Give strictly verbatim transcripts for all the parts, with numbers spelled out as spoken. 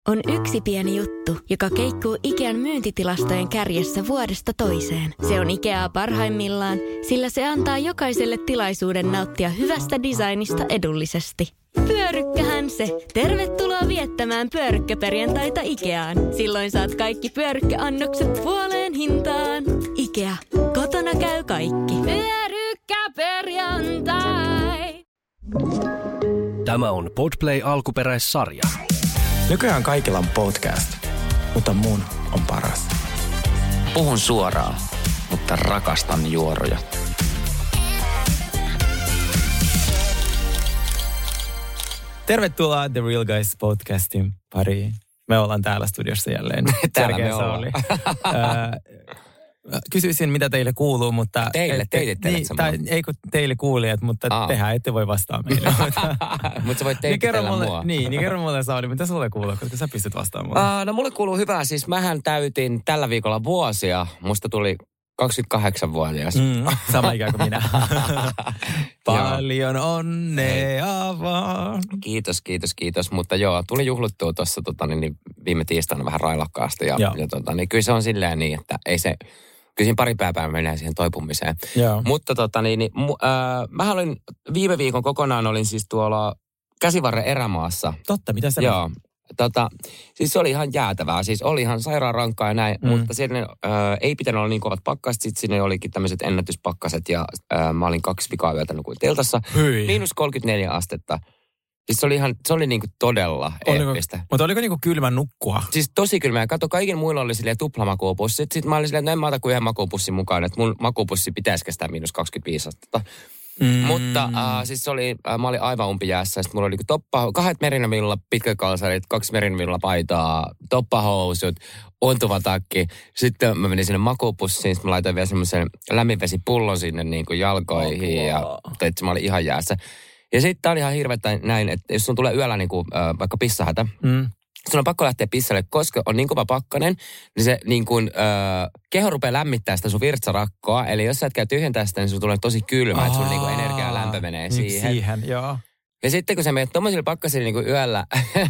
on yksi pieni juttu, joka keikkuu Ikean myyntitilastojen kärjessä vuodesta toiseen. Se on Ikeaa parhaimmillaan, sillä se antaa jokaiselle tilaisuuden nauttia hyvästä designista edullisesti. Pyörykkähän se! Tervetuloa viettämään pyörykkäperjantaita Ikeaan. Silloin saat kaikki pyörykkäannokset puoleen hintaan. Ikea. Kotona käy kaikki. Pyörykkäperjantai! Tämä on Podplay alkuperäissarja. Nykyään kaikilla on podcast, mutta mun on paras. Puhun suoraan, mutta rakastan juoroja. Tervetuloa The Real Guys podcastin pariin. Me ollaan täällä studiossa jälleen. Täällä me ollaan. Kysyisin, mitä teille kuuluu, mutta... Teille, teille niin, tai ei kun teille kuulijat, mutta Aa. tehän ette voi vastaa meille. Mutta sä voit teititellä niin mua. Niin, niin kerro mulle Sauli, mitä sulle kuuluu, koska sä pystyt vastaamaan. Uh, no mulle kuuluu hyvää, siis mähän täytin tällä viikolla vuosia. Musta tuli kaksikymmentäkahdeksanvuotias. Mm, sama ikään kuin minä. Paljon onnea vaan. Kiitos, kiitos, kiitos. Mutta joo, tuli juhluttua tuossa tota, niin, viime tiistaina vähän railakkaasti. Ja, ja tota, niin, kyllä se on silleen niin, että ei se... Kyllä siinä pari päivää menee siihen toipumiseen. Joo. Mutta tota niin, niin mu, äh, mä olin viime viikon kokonaan olin siis tuolla Käsivarren erämaassa. Totta, mitä sä Joo. Tota, siis se oli ihan jäätävää. Siis oli ihan sairaan rankkaa ja näin, mm. mutta sinne äh, ei pitänyt olla niin kovat pakkaset. Sitten sinne olikin tämmöiset ennätyspakkaset ja äh, mä olin kaksi vikaa yötä nukuin teltassa. Hyi. Miinus kolmekymmentäneljä astetta. Siis se oli ihan, se oli niinku todella eeppistä. Mutta oliko niinku kylmä nukkua? Siis tosi kylmä. Ja kato, kaikin muilla oli silleen tuplamakuupussit. Sitten mä olin silleen, että no en mä ota kuin yhden makuupussin mukaan, että mun makuupussi pitäisi kestää miinus kaksikymmentäviisi astetta. Mm. Mutta äh, siis se oli, äh, mä olin aivan umpijäässä. Sitten mulla oli toppa, kahdet merinävillä pitkäkalsarit, kaksi merinävillä paitaa, toppahousut, ontuva takki. Sitten mä menin sinne makuupussiin, sitten mä laitoin vielä semmoisen lämminvesipullon sinne niin kuin jalkoihin. Okay. Ja teet, mä olin ihan jäässä. Ja sitten tää oli ihan hirveettä näin, että jos sun tulee yöllä niinku, äh, vaikka pissahätä, mm. sun on pakko lähteä pissalle, koska on niin kova pakkanen, niin se niin kuin, äh, keho rupeaa lämmittää sitä sun virtsarakkoa. Eli jos sä et käy tyhjentää sitä, niin sun tulee tosi kylmä, että sun niinku energia ja lämpö menee niin siihen. Siihen, joo. Ja sitten kun sä menet tommosilla pakkasilla niin kuin yöllä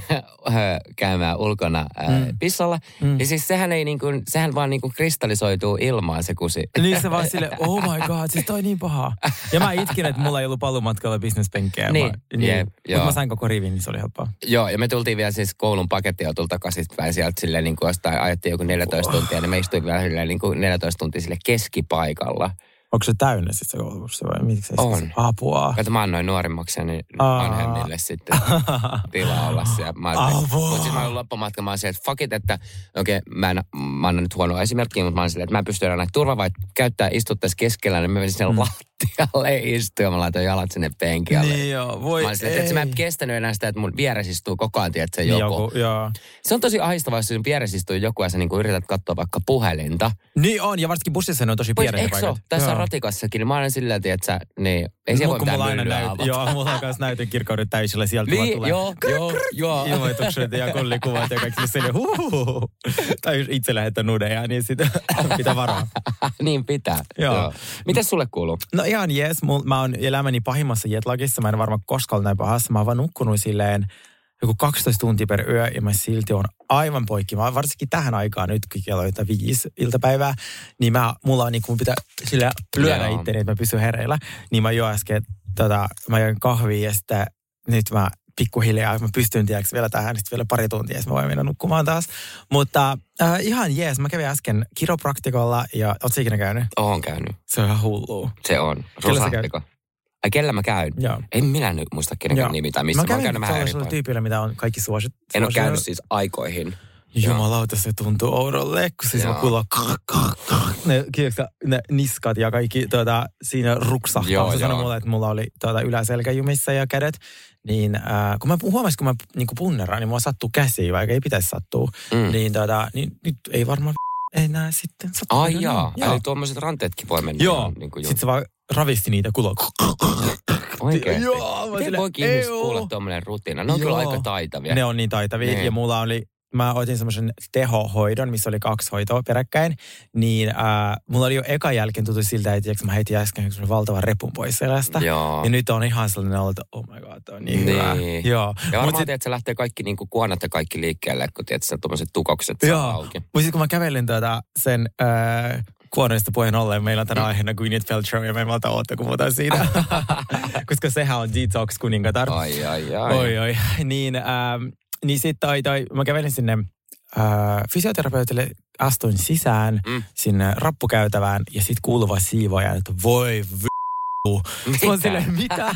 käymään ulkona ää, mm. pissalla, mm. niin siis sehän ei niin kuin, sehän vaan niin kuin kristallisoituu ilmaan se kusi. Niin se vaan silleen, oh my god, siis toi niin paha. Ja mä itkin, että mulla ei ollut paluumatkalla bisnespenkkejä. Niin, niin. Yep, mutta mä sain koko rivin, niin se oli helppoa. Joo, ja me tultiin vielä siis koulun pakettiautolla takaisin päin sieltä silleen niin kuin jostain, ajettiin joku neljätoista oh. tuntia, niin me istuin vielä silleen niin kuin neljätoista tuntia sille keskipaikalla. Onko se täynnä sitten se koulutus vai miksi on. Apua. Kato, mä annoin nuorimmaksi niin vanhemmille sitten tilaa olla siellä. Mutta sitten mä olin loppumatka, mä olin silleen, että fuck it, että okei, okay, mä, en, mä annan nyt huonoa esimerkkiä, mutta mä olin silleen, että mä pystyn aina näitä turvavait käyttää, istuttaisi keskellä, niin mä menin sinne mm. lattialle istuun ja mä laitoin jalat sinne penkialle. Niin joo, voi mä olin silleen, että mä en kestänyt enää sitä, että mun vieressä istuu koko ajan, että se joku. joku joo. Se on tosi ahdistavaa, jos sun vieressä istuu joku ja sä niin yrität katsoa vaikka puhelinta. Niin on, ja varsinkin bussissa ne on tosi pieniä paikat. Tässä on ratikassakin, niin mä olen silleen, että sä, niin, ei siellä voi mitään myllyä avata. Joo, mulla on kanssa näytön kirkkaudet täysillä, sieltä niin, tulee joo, joo, joo. ilmoitukset ja kullikuvat ja kaikki silleen, huuhuhu. Tai itse lähettä nudeja, niin sitä pitää varaa. Niin pitää, joo. joo. Mitäs sulle kuuluu? No ihan jes, mä oon elämäni pahimmassa jetlagissa, mä en varmaan koskaan ole näin pahassa, mä oon vaan nukkunut silleen joku kaksitoista tuntia per yö ja mä silti on aivan poikki. Mä varsinkin tähän aikaan nyt, kun kello on viisi iltapäivää, niin mä, mulla on niin kuin pitää sillä lyödä itteni, että mä pysyn hereillä. Niin mä jo äsken, tota, mä join kahvia ja sitten nyt mä pikkuhiljaa, mä pystyn tiedäks vielä tähän, sitten vielä pari tuntia, ja mä voin mennä nukkumaan taas. Mutta äh, ihan jees, mä kävin äsken kiropraktikolla ja ootko sä ikinä käynyt? Oon käynyt. Se on ihan hullua. Se on. Rosahtiko? Ai kellä mä käyn? Joo. En minä nyt muista kenenkään nimi tai missä. Mä, mä oon käynyt vähän eri paikalla. Tyypillä, mitä on kaikki suosit. En ole käynyt siis aikoihin. Jumalauta, se tuntuu oudolle, kun siis mä kuulla ne, ne niskat ja kaikki tuota, siinä ruksahtaa. Joo, se sanoi mulle, että mulla oli tuota, yläselkäjumissa ja kädet. Niin äh, kun mä huomasin, kun mä niinku punneraan, niin mua sattuu käsiin, vaikka ei pitäisi sattua. Mm. Niin, tuota, niin nyt ei varmaan enää sitten sattuu. Ai jaa, eli tuommoiset ranteetkin voi mennä. Joo, niin sitten se vaan ravisti niitä kuulla. Oikeesti? Joo. Miten voikin ihmiset kuulla tuommoinen rutiina? Ne on joo. Kyllä aika taitavia. Ne on niin taitavia. Niin. Ja mulla oli mä otin semmoisen tehohoidon, missä oli kaksi hoitoa peräkkäin, niin äh, mulla oli jo ekan jälkeen tuttu siltä, että mä heitin äsken valtavan repun pois selästä. Ja nyt on ihan sellainen ollut, että oh my god, on niin, niin. hyvä. Joo. Ja varmaan sit, että se lähtee kaikki niin kuin kuonat ja kaikki liikkeelle, kun tiedät, että tuommoiset tukokset saa auki. Mutta sitten kun mä kävelin tuota sen... Äh, kuonoista puheen ollen. Meillä on tänä aiheena Gwyneth Paltrow ja me ei malta oottaa, kun puhutaan siitä. Koska sehän on detox-kuningatar. Ai, ai, ai. Oi, oi. Niin, ähm, niin sitten toi, toi, mä kävelin sinne äh, fysioterapeutille, astuin sisään mm. sinne rappukäytävään ja sitten kuuluva siivoaja, että voi v***. Mitä? Mä oon silleen, mitä?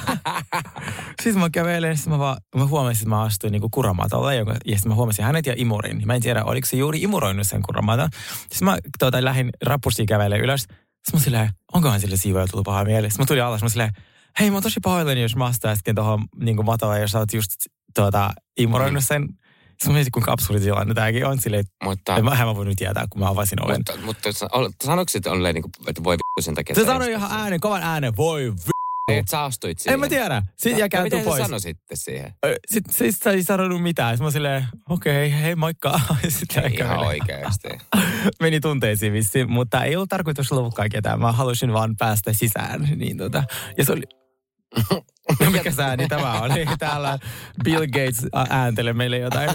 Siis mä kävelen, siis mä, vaan, mä huomasin, että mä astuin niinku kuramatolle, ja sitten mä huomasin hänet ja imurin. Mä en tiedä, oliko se juuri imuroinut sen kuramata. Siis mä tuota, lähdin rappustiin kävelemään ylös. Siis mä silleen, onkohan sille siivoja tullut paha mieli? Sitten mä tulin alas, mä silleen, hei mä oon tosi pahoillani, jos mä astuin äsken tuohon niinku matolle, jos sä oot just tuota, imuroinut sen. Sitten mä mietin, kuinka absurdi tilanne tämäkin on. Silleen, mutta, mä en mä voinut tietää, kun mä avasin oven. Mutta, mutta sanoiko sitten on niin kuin, että voi v***u sen takia? Se sanoi ihan äänen, kovan äänen, voi v***u. Et sä astuit siihen. En mä tiedä. Sitten ja kääntyi pois. Miten sä sanoi sitten siihen? Sitten sit sä ei sanonut mitään. Sitten mä silleen, okei, okay, hei moikka. Sitten ihan oikeasti. Meni tunteisiin vissiin, mutta ei ollut tarkoitus loukkaa ketään. Mä halusin vaan päästä sisään. Niin tota. Ja se oli... No mikä sääni tämä oli? Täällä Bill Gates ääntelee meille jotain.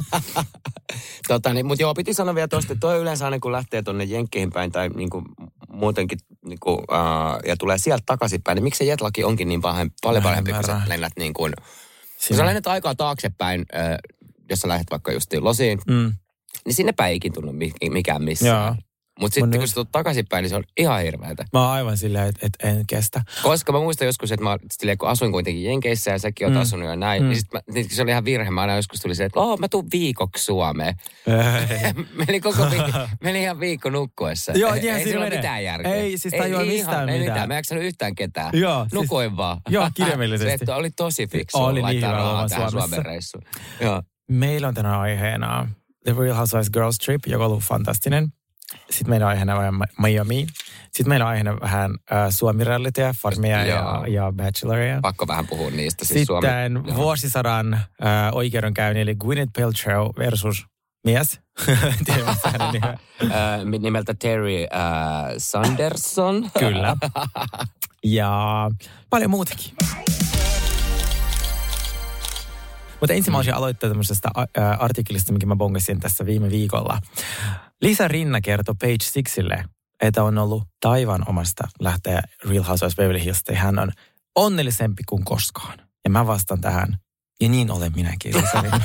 Tota, niin, mutta joo, piti sanoa vielä tuosta, että toi yleensä aina kun lähtee tuonne Jenkkeihin päin tai niinku, muutenkin niinku, uh, ja tulee sieltä takaisinpäin, niin miksi se jetlaki onkin niin pahen, paljon parempi, kun sä lennät niin kuin, kun sä lennät aikaa taaksepäin, uh, jos sä lähdet vaikka justiin losiin, mm. niin sinne päin ei ikin tunnu mikään missään. Joo. Mutta sitten kun sä tulet takaisinpäin, niin se on ihan hirveätä. Mä oon aivan silleen, että et en kestä. Koska mä muistan joskus, että mä silleen, kun asuin kuitenkin Jenkeissä ja säkin oot mm. asunut ja näin, mm. niin, sit mä, niin se oli ihan virhe. Mä aina joskus tuli se, että oh, mä tuun viikoksi Suomeen. meni koko viikko, meni ihan viikko nukkuessa. Joo, ei ei sillä ole mitään järkeä. Ei siis tajua mistään ei mitään. Mä en jaksanut yhtään ketään. Joo, Nukuin siis, vaan. Joo, kirjaimellisesti. Se oli tosi fiksu. Oli niin hyvä olla Suomessa. Joo. Meillä on tänään aiheena The Real Housewives Girls Trip, joka on ollut fantastinen. Sitten meillä on aiheena vähän Miami. Sitten meillä on aiheena vähän äh, Suomi-realiteja, Farmia ja, ja Bacheloria. Pakko vähän puhua niistä. Siis Sitten Suomi, vuosisadan äh, oikeudenkäynnin, eli Gwyneth Paltrow versus mies. Tiedätkö hänen nimeä? äh, nimeltä Terry äh, Sanderson. Kyllä. Ja paljon muutakin. Mutta ensin mä olisin aloittaa tämmöisestä äh, artikkelista, mikä mä bongasin tässä viime viikolla. Lisa Rinna kertoi Page Sixille, että on ollut taivaan omasta lähteä Real Housewives Beverly Hillsista. Hän on onnellisempi kuin koskaan. Ja mä vastaan tähän. Ja niin olen minäkin, Lisa Rinna.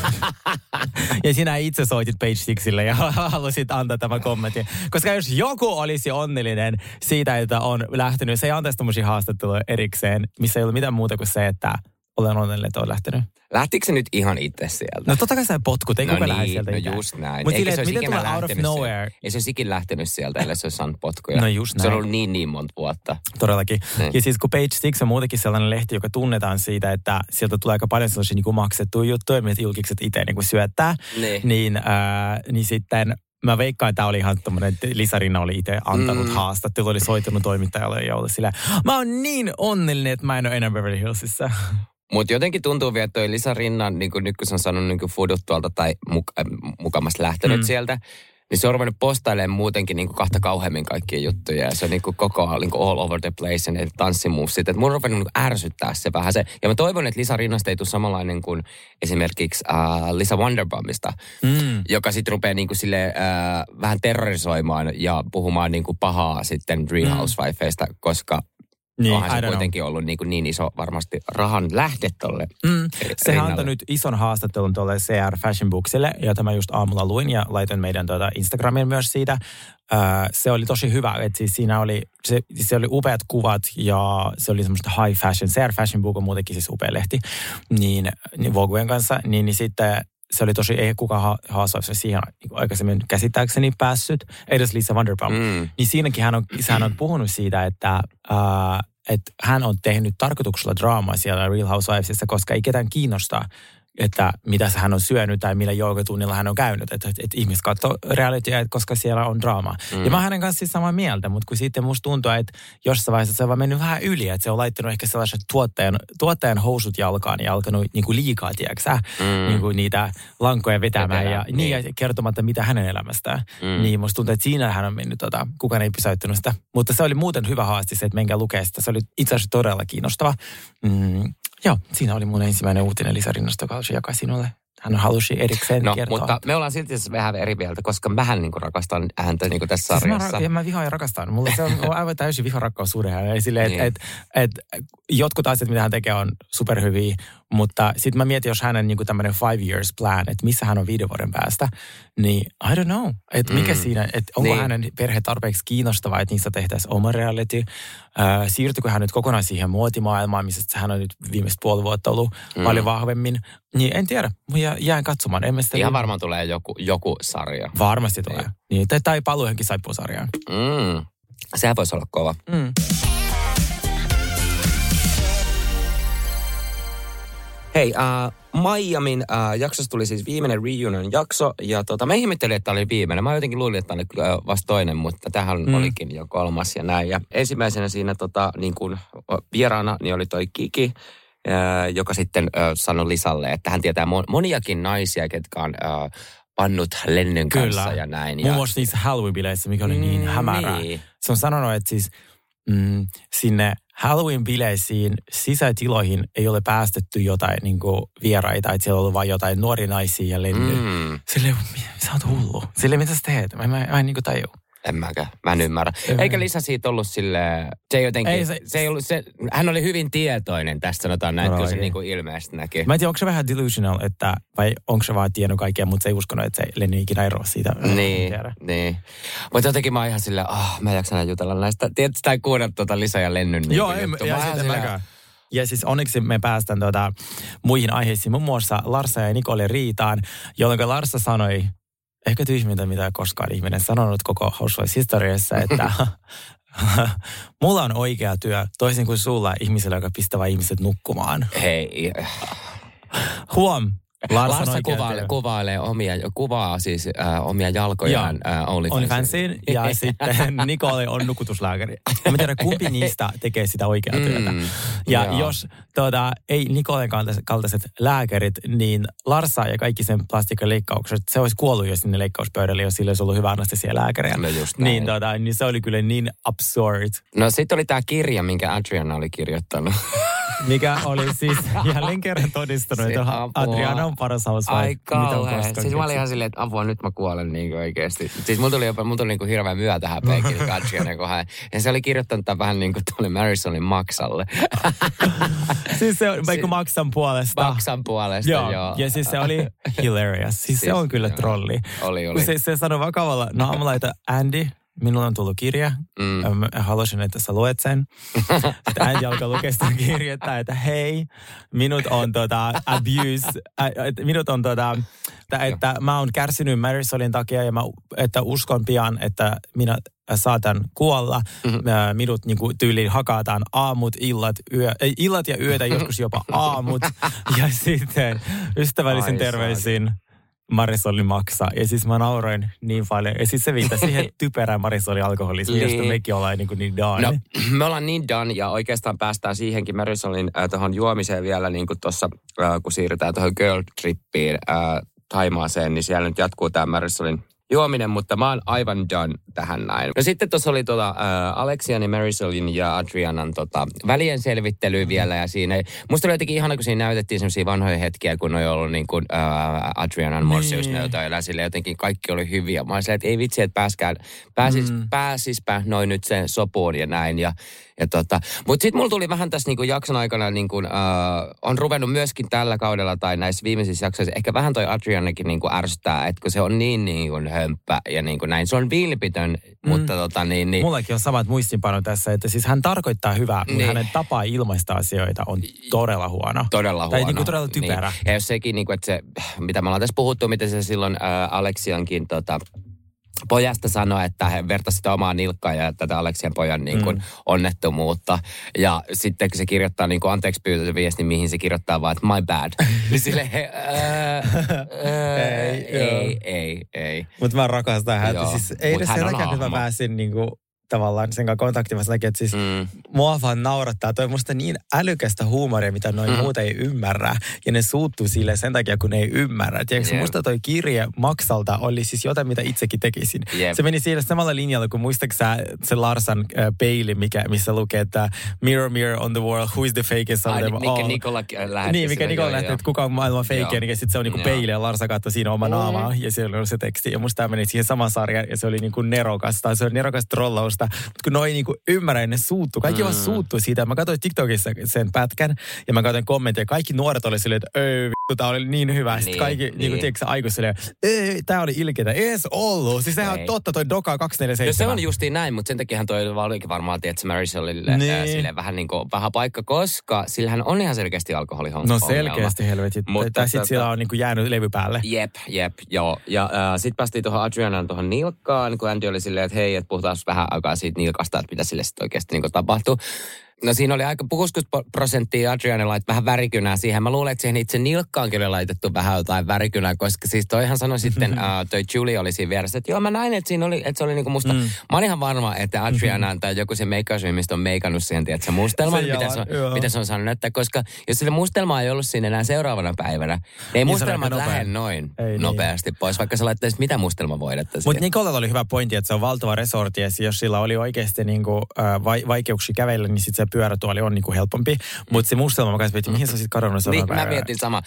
Ja sinä itse soitit Page Sixille ja halusit antaa tämän kommentin. Koska jos joku olisi onnellinen siitä, että on lähtenyt, se ei antaisi tämmöisiä haastatteluja erikseen, missä ei ole mitään muuta kuin se, että olen onnellinen, että on lähtenyt. Lähtikö se nyt ihan itse sieltä? No totta kai sä potkut, ei no kuka niin, lähde sieltä no ikään. just näin. Mutta silleen, miten tulee out of nowhere? Ei se olisi ikin lähtenyt sieltä, ellei se olisi saanut potkuja. No just näin. Se on ollut niin niin monta vuotta. Todellakin. Niin. Ja siis kun Page Six on muutenkin sellainen lehti, joka tunnetaan siitä, että sieltä tulee aika paljon sellaisia niin kuin maksettuja juttuja, mitä julkikset itse niin kuin syöttää. Niin, niin, äh, niin sitten... Mä veikkaan, että tämä oli ihan tommoinen, että Lisa Rinna oli itse antanut mm. haastattelu, oli soittanut toimittajalle ja oli silleen, mä oon niin onnellinen, että mä en ole enää Beverly Hillsissä. Mutta jotenkin tuntuu vielä, että toi Lisa Rinna, niin kuin nyt kun se on saanut niin fudut tuolta tai muka, mukamassa lähtenyt mm. sieltä, niin se on ruvennut postailemaan muutenkin niin kuin kahta kauheammin kaikkia juttuja. Ja se on niin kuin koko niin kuin all over the place ja ne tanssimuussit. Että mun on ruvennut niin ärsyttää se vähän se. Ja mä toivon, että Lisa Rinnasta ei tule samanlainen kuin esimerkiksi äh, Lisa Wonderbombista, mm. joka sitten rupeaa niin kuin sille, äh, vähän terrorisoimaan ja puhumaan niin kuin pahaa sitten Real Housewifeista, koska... Niin, onhan se kuitenkin know. ollut niin, kuin niin iso varmasti rahan lähde tolle. Mm. Sehän antoi nyt ison haastattelun tuolle C R Fashion Booksille, jota mä just aamulla luin ja laitoin meidän tuota Instagramiin myös siitä. Öö, se oli tosi hyvä, että siis siinä oli, se, se oli upeat kuvat ja se oli semmoista high fashion. C R Fashion Book on muutenkin siis upea lehti, niin, niin Vogueen kanssa, niin, niin sitten... Se oli tosi, ei kukaan haastaisi siihen aikaisemmin käsittääkseni päässyt, edes Lisa Vanderpump. Mm. Niin siinäkin hän on, hän on puhunut siitä, että, äh, että hän on tehnyt tarkoituksella draamaa siellä Real Housewivesissa, koska ei ketään kiinnostaa että mitä hän on syönyt tai millä joogetunnilla hän on käynyt. Että, että ihmiset katsoo realitya, koska siellä on draamaa. Mm. Ja mä oon hänen kanssa siis samaa mieltä, mutta kun sitten musta tuntuu, että jossain vaiheessa se on vaan mennyt vähän yli, että se on laittanut ehkä sellaiset tuottajan, tuottajan housut jalkaan ja alkanut niin kuin liikaa, tiedäksä, mm. niin kuin niitä lankoja vetämään ja, niin. ja kertomatta mitä hänen elämästään. Mm. Niin musta tuntuu, että siinä hän on mennyt, tota, kukaan ei pysäyttänyt sitä. Mutta se oli muuten hyvä haaste se, että menkää lukea sitä. Se oli itse asiassa todella kiinnostava. Mm. Joo, siinä oli mun ensimmäinen uutinen Lisa Rinnasto, joka jakaa sinulle. Hän halusi erikseen no, kertoa. Mutta me ollaan silti vähän eri mieltä, koska mähän niinku rakastan häntä niinku tässä siis sarjassa. Mä, mä vihaan ja rakastan. Mulla se on aivan täysin viharakkaus suhde hänelle. Silleen, niin. että et, et, jotkut asiat, mitä hän tekee, on superhyviä. Mutta sitten mä mietin, jos hänen niinku tämmöinen five years plan, että missä hän on viiden vuoden päästä, niin I don't know. Että mikä mm. siinä, että onko niin. hänen perhe tarpeeksi kiinnostavaa, että niistä tehtäisiin oma reality. Äh, siirtyykö hän nyt kokonaan siihen muotimaailmaan, missä hän on nyt viimeiset puoli vuotta ollut mm. paljon vahvemmin. Niin en tiedä. Mä jään katsomaan. En Ihan li- varmaan tulee joku, joku sarja. Varmasti tulee. Niin. Niin, tai, tai paluu johonkin saippuasarjaan. Mm. Sehän voisi olla kova. Mm. Hei, äh, Miamin äh, jaksossa tuli siis viimeinen reunion jakso, ja tota, me ihmettelin, että tämä oli viimeinen. Mä jotenkin luulin, että tämä oli äh, vasta toinen, mutta tämähän mm. olikin jo kolmas ja näin. Ja ensimmäisenä siinä tota, niin kuin vieraana niin oli toi Kiki, äh, joka sitten äh, sanoi Lisalle, että hän tietää mon- moniakin naisia, ketkä on äh, pannut Lennyn kanssa Kyllä. ja näin. Muun muassa niissä Halloween-bileissä, mikä oli niin mm, hämärää. Niin. Se on sanonut, että siis mm, sinne Halloween-bileisiin sisätiloihin ei ole päästetty jotain niin kuin vieraita, että siellä on ollut vain jotain nuoria naisia ja Lenny. Mm. Silleen, sä oot hullu. Silleen, mitä sä teet? Mä, mä, mä en niin kuin tajua. En mäkään. Mä en ymmärrä. Eikä Lisa siitä ollut silleen, se jotenkin, ei se, se ei ollut, se, hän oli hyvin tietoinen tästä, sanotaan näin, kyllä se niin kuin ilmeisesti näki. Mä en tiedä, onko se vähän delusional, että, vai onko se vaan tiennyt kaikkea, mutta se ei uskonut, että se Lenny ikinä eroa siitä. Niin, niin. Mutta jotenkin mä oon ihan silleen, ah, oh, mä en jaksa jutella näistä. Tiedätkö, tai kuunnella tuota Lisa ja Lennyn niin Joo, ei, ja sitten mäkään. Ja siis onneksi me päästään tuota, muihin aiheisiin. Muun muassa Larsa ja Nicole riitaan, jolloin Larsa sanoi, ehkä tyhmintä, mitä koskaan ihminen sanonut koko Housewives-historiassa, että mulla on oikea työ, toisin kuin sulla ihmisellä, joka pistää ihmiset nukkumaan. Hei. Huom. Larsa, Larsa kuvailee, kuvailee omia, kuvaa siis äh, omia jalkojaan äh, OnlyFansiin. Ja sitten Nicole on nukutuslääkäri. Mä tiedän, kumpi niistä tekee sitä oikeaa työtä. Mm, ja joo. jos tuota, ei Nicolen kaltaiset, kaltaiset lääkärit, niin Larsa ja kaikki sen plastikkaleikkaukset, se olisi kuollut jo sinne leikkauspöydälle, jos sillä olisi ollut hyvä anestesialääkäriä. No just näin. Niin, tuota, niin se oli kyllä niin absurd. No sitten oli tämä kirja, minkä Adriana oli kirjoittanut. Mikä oli siis jälleen kerran todistanut, että Adriana on paras housewife. Ai kauhean. Siis mä olin ihan silleen, että apua, nyt mä kuolen niin kuin oikeasti. Siis mulla tuli jopa, mulla tuli niin kuin hirveän myö tähän peikin Adriana kohdaan. Ja se oli kirjoittanut tämän vähän niin kuin tuolle Marisonin Maxalle. Siis se on vaikka Maxan puolesta. Maxan puolesta, joo. joo. Ja siis se oli hilarious. Siis, siis se on kyllä joo. trolli. Oli, oli. Se, se sanoi vakavalla naamalla, että Andy, minulla on tullut kirja. Mm. Mä haluaisin, että sä luet sen. Sitten äiti alkaa lukea sitä kirjettä, että hei, minut on tota abuse, äh, minut on tota, että, että mä oon kärsinyt Marisolin takia ja mä että uskon pian, että minä saatan kuolla. Mm-hmm. Minut niin kuin tyyliin hakataan aamut, illat, yö, ei, illat ja yötä, joskus jopa aamut. Ja sitten ystävällisen terveisin. Marisol maksaa. Ja siis mä nauroin niin paljon. Ja siis se viittasi siihen typerään Marisolin alkoholismiin, josta mekin ollaan niin, niin done. No, me ollaan niin done ja oikeastaan päästään siihenkin Marisolin äh, tuohon juomiseen vielä niin kuin tuossa, äh, kun siirrytään tuohon girl trippiin äh, Thaimaaseen, niin siellä nyt jatkuu tämä Marisolin juominen, mutta mä oon aivan done tähän näin. No sitten tuossa oli tuota, äh, Alexian, Marisolin ja Adrianan tota, välien selvittely mm-hmm. vielä ja siinä. Musta oli jotenkin ihana, kun siinä näytettiin semmoisia vanhoja hetkiä, kun oli ollut niin kuin äh, Adrianan morsiusnäytöillä. Sille jotenkin kaikki oli hyviä. Mä olin silleen, että ei vitsi, että pääskään, pääsis, mm. pääsispä noin nyt sen sopuun ja näin. Ja, ja tota. Mutta sitten mulla tuli vähän tässä niin kuin jakson aikana, niin kuin, äh, on ruvennut myöskin tällä kaudella tai näissä viimeisissä jaksoissa, ehkä vähän toi Adrianakin niin kuin ärsyttää, että kun se on niin, niin kuin hömppä ja niin kuin näin. Se on vilpitön, mm. mutta tota niin, niin... Mullakin on samat muistinpano tässä, että siis hän tarkoittaa hyvää, mutta niin. hänen tapa ilmaista asioita on todella huono. Todella huono. Tai niin kuin todella typerä. Niin. Ja jos sekin, niin kuin, että se, mitä me ollaan tässä puhuttu, miten se silloin ää, Alexiankin tota, pojasta sanoi, että he vertasivat sitä omaa nilkkaa ja tätä Aleksian pojan niin kuin, mm. onnettomuutta. Ja sitten kun se kirjoittaa niin kuin anteeksi pyytänyt viestin, mihin se kirjoittaa vaan, että my bad. Niin silleen, he, ää, ää, ei, ei, ei, ei. Mutta mä rakastan häntä. Siis ei edes sen takia, että mä pääsin niinku tavallaan sen kanssa kontaktimassa takia, että siis mm. mua vaan naurattaa. Toi on musta niin älykästä huumoria, mitä noin mm. muut ei ymmärrä. Ja ne suuttuu sille sen takia, kun ne ei ymmärrä. Tiedätkö, yep. musta toi kirje Maxalta oli siis jotain, mitä itsekin tekisin. Yep. Se meni siinä samalla linjalla, kun muistatko sä se Larsan äh, peili, mikä, missä lukee, että mirror, mirror on the world, who is the fakest of them all. Mikä Nikola lähetti. Niin, mikä Nikola lähetti, että kuka on maailman fake, niin sitten se on niinku peili ja Larsa katsoi siinä oma naamaa ja siellä on se teksti. Ja musta tämä meni siihen samaan sarjaan ja se oli niinku nerokasta. Se oli nerokasta trollausta. Mutta kun noi niinku ymmärrä, ne suuttuu. Kaikki mm. vaan suuttuu siitä. Mä katsoin TikTokissa sen pätkän ja mä katsoin kommentteja. Kaikki nuoret oli silleen, että öö, vittu, tää oli niin hyvä. Sitten niin, kaikki, niin. niinku tiedätkö aikuiset silleen, öö, tää oli ilkeitä. Ei edes ollut. Siis sehän on totta, toi Doka kaksikymmentäneljä seitsemän. No se on justiin näin, mutta sen takiahan toi olikin varmaan, että Marisolille niin. äh, silleen vähän niin kuin paha paikka, koska sillähän on ihan selkeästi alkoholihon No selkeästi helvetit. Mutta tai sitten sillä on niinku jäänyt levy päälle. Jep, jep, joo. Ja äh, sitten päästiin tuohon Adrianan tuohon nilkkaan, kun Andy oli silleen, että hei, että puhutaan vähän aikaa siitä nilkasta, että mitä sille sitten oikeasti niin tapahtuu. No siinä oli aika kuusikymmentä prosenttia Adriana laittoi vähän värikynää siihen. Mä luulen, että siihen itse nilkkaankin oli laitettu vähän jotain värikynää, koska siis toihan sanoi sitten, uh, toi Julie oli siinä vieressä, että joo mä näin, että siinä oli, että se oli niinku musta. Mm. Mä olin ihan varma, että Adriana tai joku se meikkausryhmistä on meikannut siihen, tiedätkö, mustelman, se mitä, se on, mitä se on saanut näyttää, koska jos sille mustelmaa ei ollut siinä enää seuraavana päivänä, niin ei mustelmat lähde noin ei, nopeasti niin. pois, vaikka sä laittaisit mitä mustelmavoidetta siihen. Mutta Nikolalla oli hyvä pointti, että se on valtava resortti, ja jos sillä oli oikeasti niinku, äh, vaikeuksia kävellä, niin sitten se pyörätuoli on niinku helpompi. Mutta se mustelma, mä kanssa mietin, mihin sä olisit kadonnut seuraavan niin, mä mietin sama.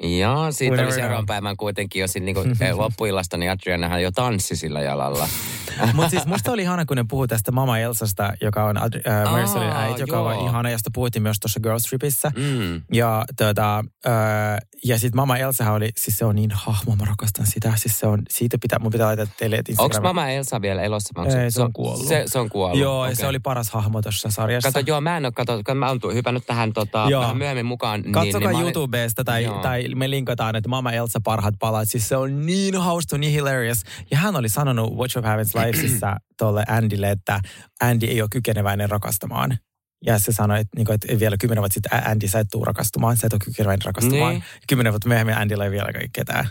Ja siitä Whatever. Oli seuraavan päivän kuitenkin jo niinku, loppuillasta, niin Adrianahan jo tanssi sillä jalalla. Mutta siis musta oli ihana, kun ne puhuu tästä Mama Elsasta, joka on äh, Marisolin äiti, joka on ihana, josta puhuttiin myös tuossa Girls Tripissä. Mm. Ja, tota, äh, ja sitten Mama Elsahan oli, siis se on niin hahmo, mä rakastan sitä. Siis se on, siitä pitää, mun pitää laittaa teille Instagramin. Onko Mama Elsa vielä elossa? Ei, se, se on kuollut. Se, se on kuollut. Joo, okay. Se oli paras hahmo tuossa sarjassa. Kato, joo, mä en ole kato, kun mä oon hypännyt tähän tota, vähän myöhemmin mukaan. Katsokaa niin, niin YouTubesta tai, tai me linkataan, että Mama Elsa parhaat palat. Siis se on niin hauska, niin hilarious. Ja hän oli sanonut Watch of Heaven's Livesissa tuolle Andylle, että Andy ei ole kykeneväinen rakastamaan. Ja se sanoi, että, niin että vielä kymmenen vuotta sitten Andy, sä et tuu rakastumaan, sä et ole kykeneväinen rakastumaan. Niin. Kymmenen vuotta myöhemmin Andylla ei vielä ketään.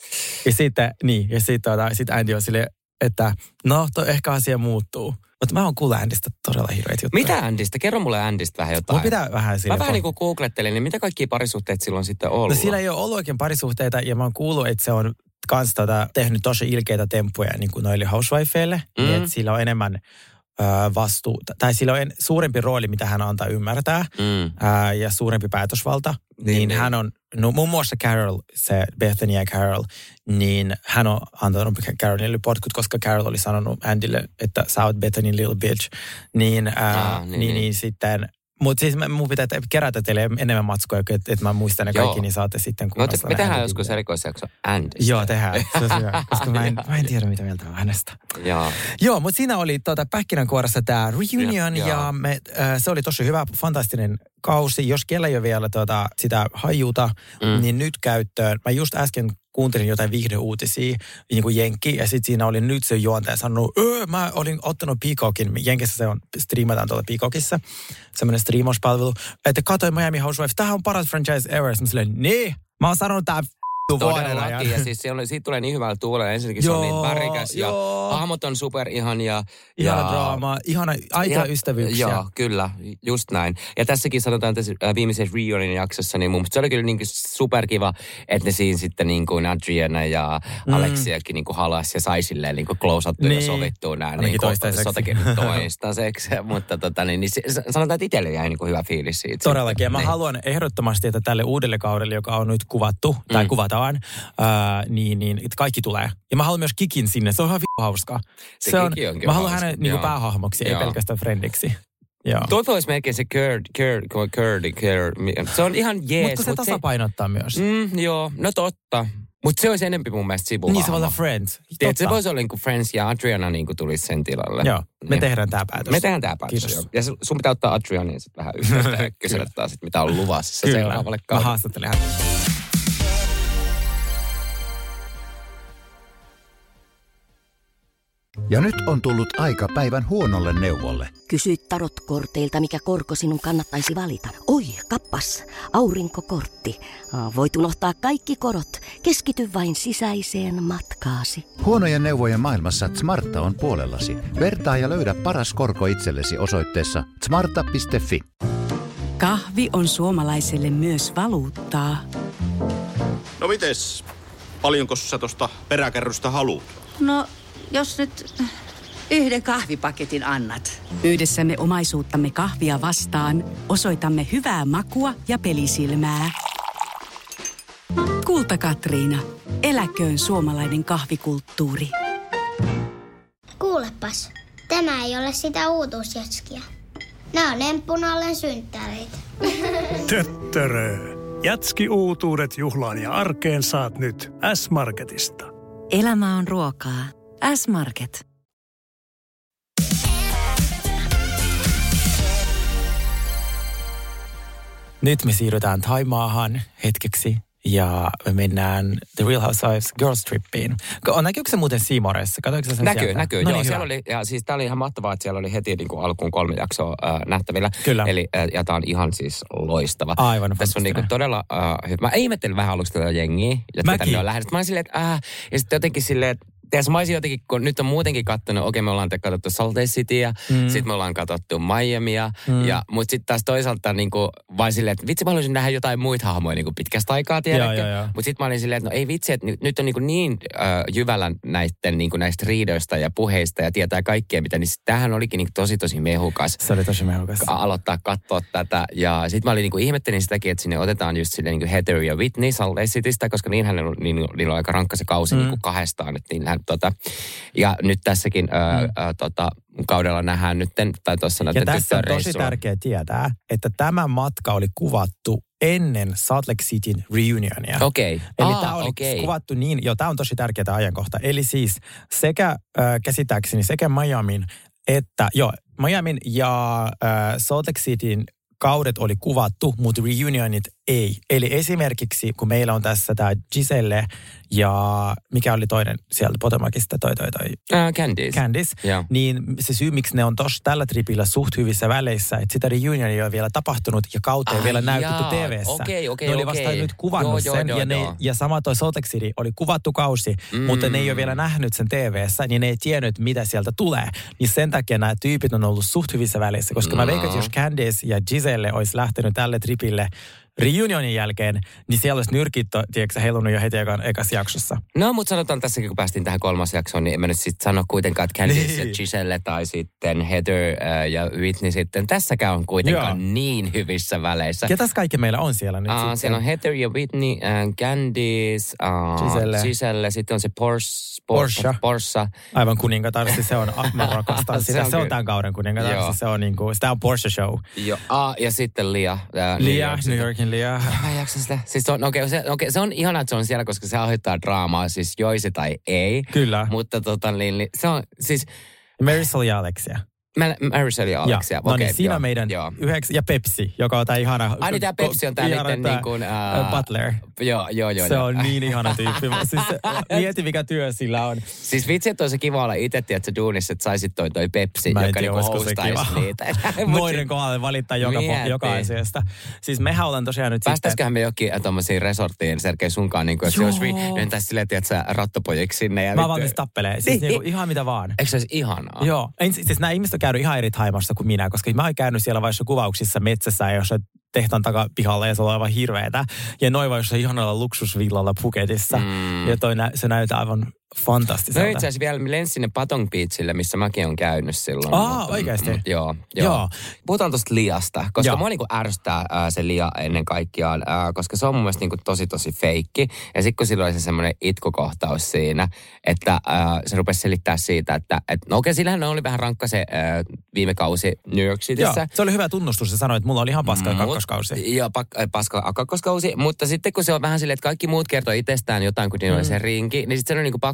Ja sitten, niin, ja sitten tota, sit Andy on silleen, että no, to, ehkä asia muuttuu. Mutta mä oon kuullut Andystä todella hirveitä juttuja. Mitä Andystä? Kerro mulle Andystä vähän jotain. Mun pitää vähän sille. Mä vähän niin kuin googlettelin, niin mitä kaikkia parisuhteita silloin sitten ollut? No sillä ei ole ollut oikein parisuhteita, ja mä oon kuullut, että se on kans tota, tehnyt tosi ilkeitä temppuja niin kuin noille housewifeille. Mm. Niin, että sillä on enemmän ö, vastuuta, tai sillä on en, suurempi rooli, mitä hän antaa ymmärtää, mm. ö, ja suurempi päätösvalta. Niin, niin, niin hän on, no muun muassa Carol, se Bethany ja Carol, niin hän on antanut Carolille potkut, koska Carol oli sanonut Andylle, että sä oot Bethany little bitch. Niin, ää, ah, niin, niin, niin sitten, mutta siis mun pitää kerätä teille enemmän matskoja, että, että mä muistan ne kaikki, niin saatte sitten kuunnella. No, me tehdään joskus erikoisjakso Andystä. Joo, tehdään. Se on hyvä, koska mä en, mä en tiedä, mitä mieltä on hänestä. Joo. Joo, mutta siinä oli tuota, pähkinänkuoressa tämä reunion, ja, ja me, äh, se oli tosi hyvä, fantastinen kausi. Jos kellä ei ole vielä tuota, sitä hajuta, mm. niin nyt käyttöön. Mä just äsken kuuntelin jotain viihdeuutisia, niin kuin Jenkki, ja sitten siinä oli nyt se juontaja sanonut, öö, mä olin ottanut Peacockin, Jenkissä se on, striimataan tuolla Peacockissa, semmoinen striimauspalvelu, että katsoin Miami Housewives, tämähän on paras franchise ever. Mä silleen, niin, mä oon sanonut tää todellakin, ja siis se on, siitä tulee niin hyvällä tuulella. Ensinnäkin joo, se on niin värikäs ja hahmot on super ihan ja... Ihana ja, draama, ihana aitoa ystävyyksiä. Joo, kyllä, just näin. Ja tässäkin sanotaan tässä äh, viimeisessä reunionin jaksossa, niin mun mielestä se oli kyllä niin kuin superkiva, että ne siinä sitten niin kuin Adriana ja mm. Aleksiakin niin kuin halas ja sai silleen niin kuin close-attua niin. Ja sovittua nämä niin sotakin toistaiseksi. Mutta tota, niin, niin sanotaan, että itselle jäi niin kuin hyvä fiilis siitä. Todellakin, ja mä niin. haluan ehdottomasti, että tälle uudelle kaudelle, joka on nyt kuvattu, tai mm. kuvataan, Ää, niin, niin, että kaikki tulee. Ja mä haluan myös Kikin sinne, se on ihan v*** hauskaa. Se, se on, mä haluan hänen niin kuin päähahmoksi, joo. Ei pelkästään friendiksi. Tuota olisi melkein se curd, curd, curd, curd. Se on ihan jees. Mutta se tasapainottaa se, myös. Mm, joo, no totta. Mutta se olisi enemmän mun mielestä sivuhahmo. Niin se voi olla Friends. Tiedät, se voisi olla niin kuin Friends ja Adriana niin kuin tulisi sen tilalle. Joo, me ja. tehdään tämä päätös. Me tehdään tämä päätös, joo. Ja sun pitää ottaa Adrianin sitten vähän yhteyttä ja kysellä taas, mitä on luvassa Kyllä. seuraavalle kaudelle. Mä haastattelen hän. Ja nyt on tullut aika päivän huonolle neuvolle. Kysy tarotkorteilta, mikä korko sinun kannattaisi valita. Oi, kappas, aurinkokortti. Voit unohtaa kaikki korot. Keskity vain sisäiseen matkaasi. Huonojen neuvojen maailmassa Smarta on puolellasi. Vertaa ja löydä paras korko itsellesi osoitteessa smarta piste fi. Kahvi on suomalaiselle myös valuuttaa. No mites? Paljonko sä tosta peräkärrystä haluat? No, jos nyt yhden kahvipaketin annat. Yhdessämme omaisuuttamme kahvia vastaan osoitamme hyvää makua ja pelisilmää. Kulta Katriina. Eläköön suomalainen kahvikulttuuri. Kuulepas, tämä ei ole sitä uutuusjatskia. Nämä on emppunallen synttäreitä. Töttörö. Jatski-uutuudet juhlaan ja arkeen saat nyt S-Marketista. Elämä on ruokaa. S-Market. Nyt me siirrytään Thaimaahan hetkeksi ja me mennään The Real Housewives Girls Tripiin. Näkyykö se muuten Seamoressa? Katsoitko sen Näkyy, sieltä? näkyy. No Joo, niin, siellä oli, ja siis tää oli ihan mahtavaa, että siellä oli heti niin kuin alkuun kolme jaksoa äh, nähtävillä. Kyllä. Eli, äh, ja tää on ihan siis loistava. Aivan tässä on niin kuin todella äh, hyvä. Mä ihmettelin vähän aluksi tätä jengiä, jotka tänne on lähdetty. Mä olin silleen, että äh, ja sitten jotenkin silleen, Tiedätkö, mä olisin jotenkin, kun nyt on muutenkin katsonut, okei me ollaan katsottu Salt Lake Cityä, mm. sitten me ollaan katsottu Miamia, mm. ja, mutta sitten taas toisaalta niin kuin, vain silleen, että vitsi mä haluaisin nähdä jotain muita hahmoja niin kuin pitkästä aikaa, tiedätkö? Mutta sitten mä olin silleen, että no ei vitsi, että nyt on niin, kuin niin äh, jyvällä näisten, niin kuin näistä riidoista ja puheista ja tietää kaikkea mitä, niin tämähän olikin niin tosi tosi mehukas. Se oli tosi mehukas. Aloittaa katsoa tätä, ja sitten mä olin niin kuin ihmettelin sitäkin, että sinne otetaan just silleen niin kuin Heather ja Whitney Salt Lake Citystä, koska niinhän niin, niin, niillä on aika rankka se kausi mm. niin kuin kahdestaan, että niinhän Tota, ja nyt tässäkin mm. ää, ää, tota, kaudella nähdään nyt, tai tuossa näiden tyttöreissulla. Ja tässä on tosi tärkeää tietää, että tämä matka oli kuvattu ennen Salt Lake Cityn reunionia. Okei. Okay. Eli ah, tämä oli okay. kuvattu niin, joo, tämä on tosi tärkeää ajankohta. Eli siis sekä äh, käsittääkseni sekä Miamin että, joo, Miamin ja äh, Salt Lake Cityn kaudet oli kuvattu, mutta reunionit ei. Eli esimerkiksi, kun meillä on tässä tämä Giselle ja mikä oli toinen sieltä Potomacista, toi toi toi. Uh, Candice. Candice. Yeah. Niin se syy, miksi ne on tossa tällä tripillä suht hyvissä väleissä, että sitä reunionia ei ole vielä tapahtunut ja kautta ei vielä näytetty T V:ssä. Okei, okei, Ne oli okei. vasta nyt kuvannut joo, sen joo, ja, ne, joo. ja sama toi Salt Lake City oli kuvattu kausi, mm. mutta ne ei ole vielä nähnyt sen T V:ssä, niin ne ei tiennyt, mitä sieltä tulee. Niin sen takia nämä tyypit on ollut suht hyvissä väleissä, koska no. mä veikkaan, että jos Candice ja Giselle olisi lähtenyt tälle tripille reunionin jälkeen, niin siellä olisi nyrkit, tiedätkö, heilunut jo heti ekan, ekassa jaksossa. No, mutta sanotaan tässäkin, kun päästiin tähän kolmas jaksoon, niin en mä nyt sitten sano kuitenkaan, että Candice niin. ja Giselle tai sitten Heather äh, ja Whitney sitten. Tässäkään on kuitenkaan Joo. niin hyvissä väleissä. Ketäs kaikki meillä on siellä nyt uh, sitten? Siellä on Heather ja Whitney, uh, Candice, uh, Giselle. Giselle, sitten on se Porsche. Porsche. Porsche. Aivan kuningatar, siis se on, mä rakastan sitä. Se on, se on tämän kauden kuningatar, siis se on niinku, sitä on Porsche show. Joo, ah, ja sitten Lia. Uh, Lia, New Yorkin Lia. Mä jaksan sitä. Siis on, okay, se, okay, se on ihanaa, että se on siellä, koska se aiheuttaa draamaa, siis joisi tai ei. Kyllä. Mutta tota, niin, se on siis... Marisol ja Alexia. Marisol ja Alexia. Ja, no okay, niin, siinä joo, meidän yhdeksän, ja Pepsi, joka on tämä ihana... Ai niin, tämä Pepsi on tämä niiden niin kuin... Uh, Butler. Joo, joo, joo. Se joo. on niin ihana tyyppi. Siis mieti, mikä työ sillä on. Siis vitsi, että olisi kiva olla itse, että duunissa, että saisit toi, toi Pepsi, mä joka niinku hostaisi niitä. Moiden kohdalle valittaa joka, joka asiasta. Siis mehän ollaan tosiaan nyt Päästäisiköhän me jokin tommosiin resorttiin, Sergei sunkaan, niin kuin, että se olisi mentäisi silleen, että sä rattopojiksi sinne. Ja mä vaan nyt tappelee. Siis niinku, ihan mitä vaan. Eikö se olisi ihanaa? Joo. Siis nämä ihmiset on käynyt ihan eri Thaimassa kuin minä, koska mä oon käynyt siellä vaiheessa kuvauksissa metsässä, jossa tehtaan takapihalla ja se on aivan hirveetä. Ja noin vaan jossain ihanalla luksusvillalla Phuketissa. Mm. Ja toi nä- se näyttää aivan fantastiselta. No itse asiassa vielä lensin sinne Patong Beachille, missä mäkin olen käynyt silloin. Aa, mutta, oikeasti? Mutta, joo, joo. joo. Puhutaan tuosta Liasta, koska joo. mua niin kuin ärsyttää ää, se Lia ennen kaikkiaan, ää, koska se on mun mielestä niin kuin tosi tosi feikki. Ja sitten kun sillä oli se semmoinen itkukohtaus siinä, että ää, se rupesi selittää siitä, että et, no okei, sillähän oli vähän rankka se ää, viime kausi New York Cityssä. Joo, se oli hyvä tunnustus. Se sanoi, että mulla oli ihan paska kakkoskausi. Joo, pak- paska kakkoskausi. Mutta sitten kun se on vähän silleen, että kaikki muut kertoo itsestään jotain, kun niillä oli se rinki, niin sitten se on niin kuin pakko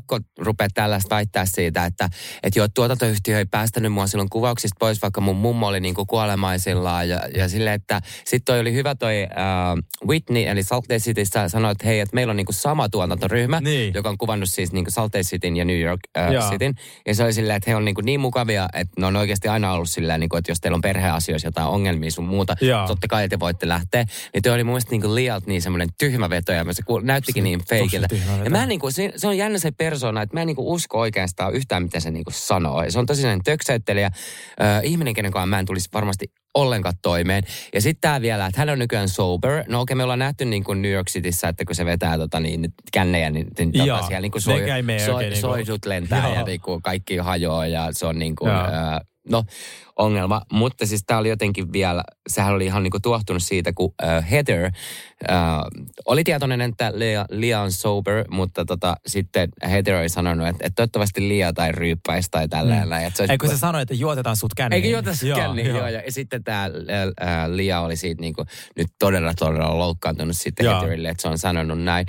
pakko rupea tällaista väittää siitä, että et joo, tuotantoyhtiö ei päästänyt mua silloin kuvauksista pois, vaikka mun mummo oli niinku kuolemaisillaan. Ja, ja silleen, että sitten toi oli hyvä toi uh, Whitney, eli Salt Lake Cityssä sanoi, että hei, että meillä on niinku sama tuotantoryhmä, niin. joka on kuvannut siis niinku Salt Lake Cityn ja New York uh, Cityn. Ja se oli silleen, että he on niinku niin mukavia, että ne on oikeasti aina ollut silleen, niinku, että jos teillä on perheasioissa jotain ongelmia sun muuta, Joo. totta kai te voitte lähteä. Niin toi oli mun mielestä niinku liialta niin semmoinen tyhmä veto ja se näyttikin niin feikiltä. Ja mä niinku, se, se on jännä se persona, että mä en niinku usko oikeastaan yhtään, mitä se niinku sanoo. Ja se on tosiaan töksäyttelijä, äh, ihminen, kenen kanssa mä en tulisi varmasti ollenkaan toimeen. Ja sitten tää vielä, että hän on nykyään sober. No okei, me ollaan nähty niin kuin New York Cityssä, että kun se vetää tota, niin, kännejä, niin, niin tota, siellä niin kuin soi, soi, niin soidut lentää Joo. ja niin kuin kaikki hajoaa ja se on niin kuin, äh, no ongelma. Mutta siis tää oli jotenkin vielä, sehän oli ihan niin kuin tuohtunut siitä, kun äh, Heather äh, oli tietoinen, että Lea, Lea on sober, mutta tota, sitten Heather oli sanonut, että, että toivottavasti Lea tai ryyppäisi tai tällä. Mm. Eikö se sanoi, että juotetaan sut känniin? Eikö juotetaan sut känniin, joo. joo. Ja sitten tämä äh, Lea oli siitä niin kuin, nyt todella todella loukkaantunut sitten Heatherille, että se on sanonut näin.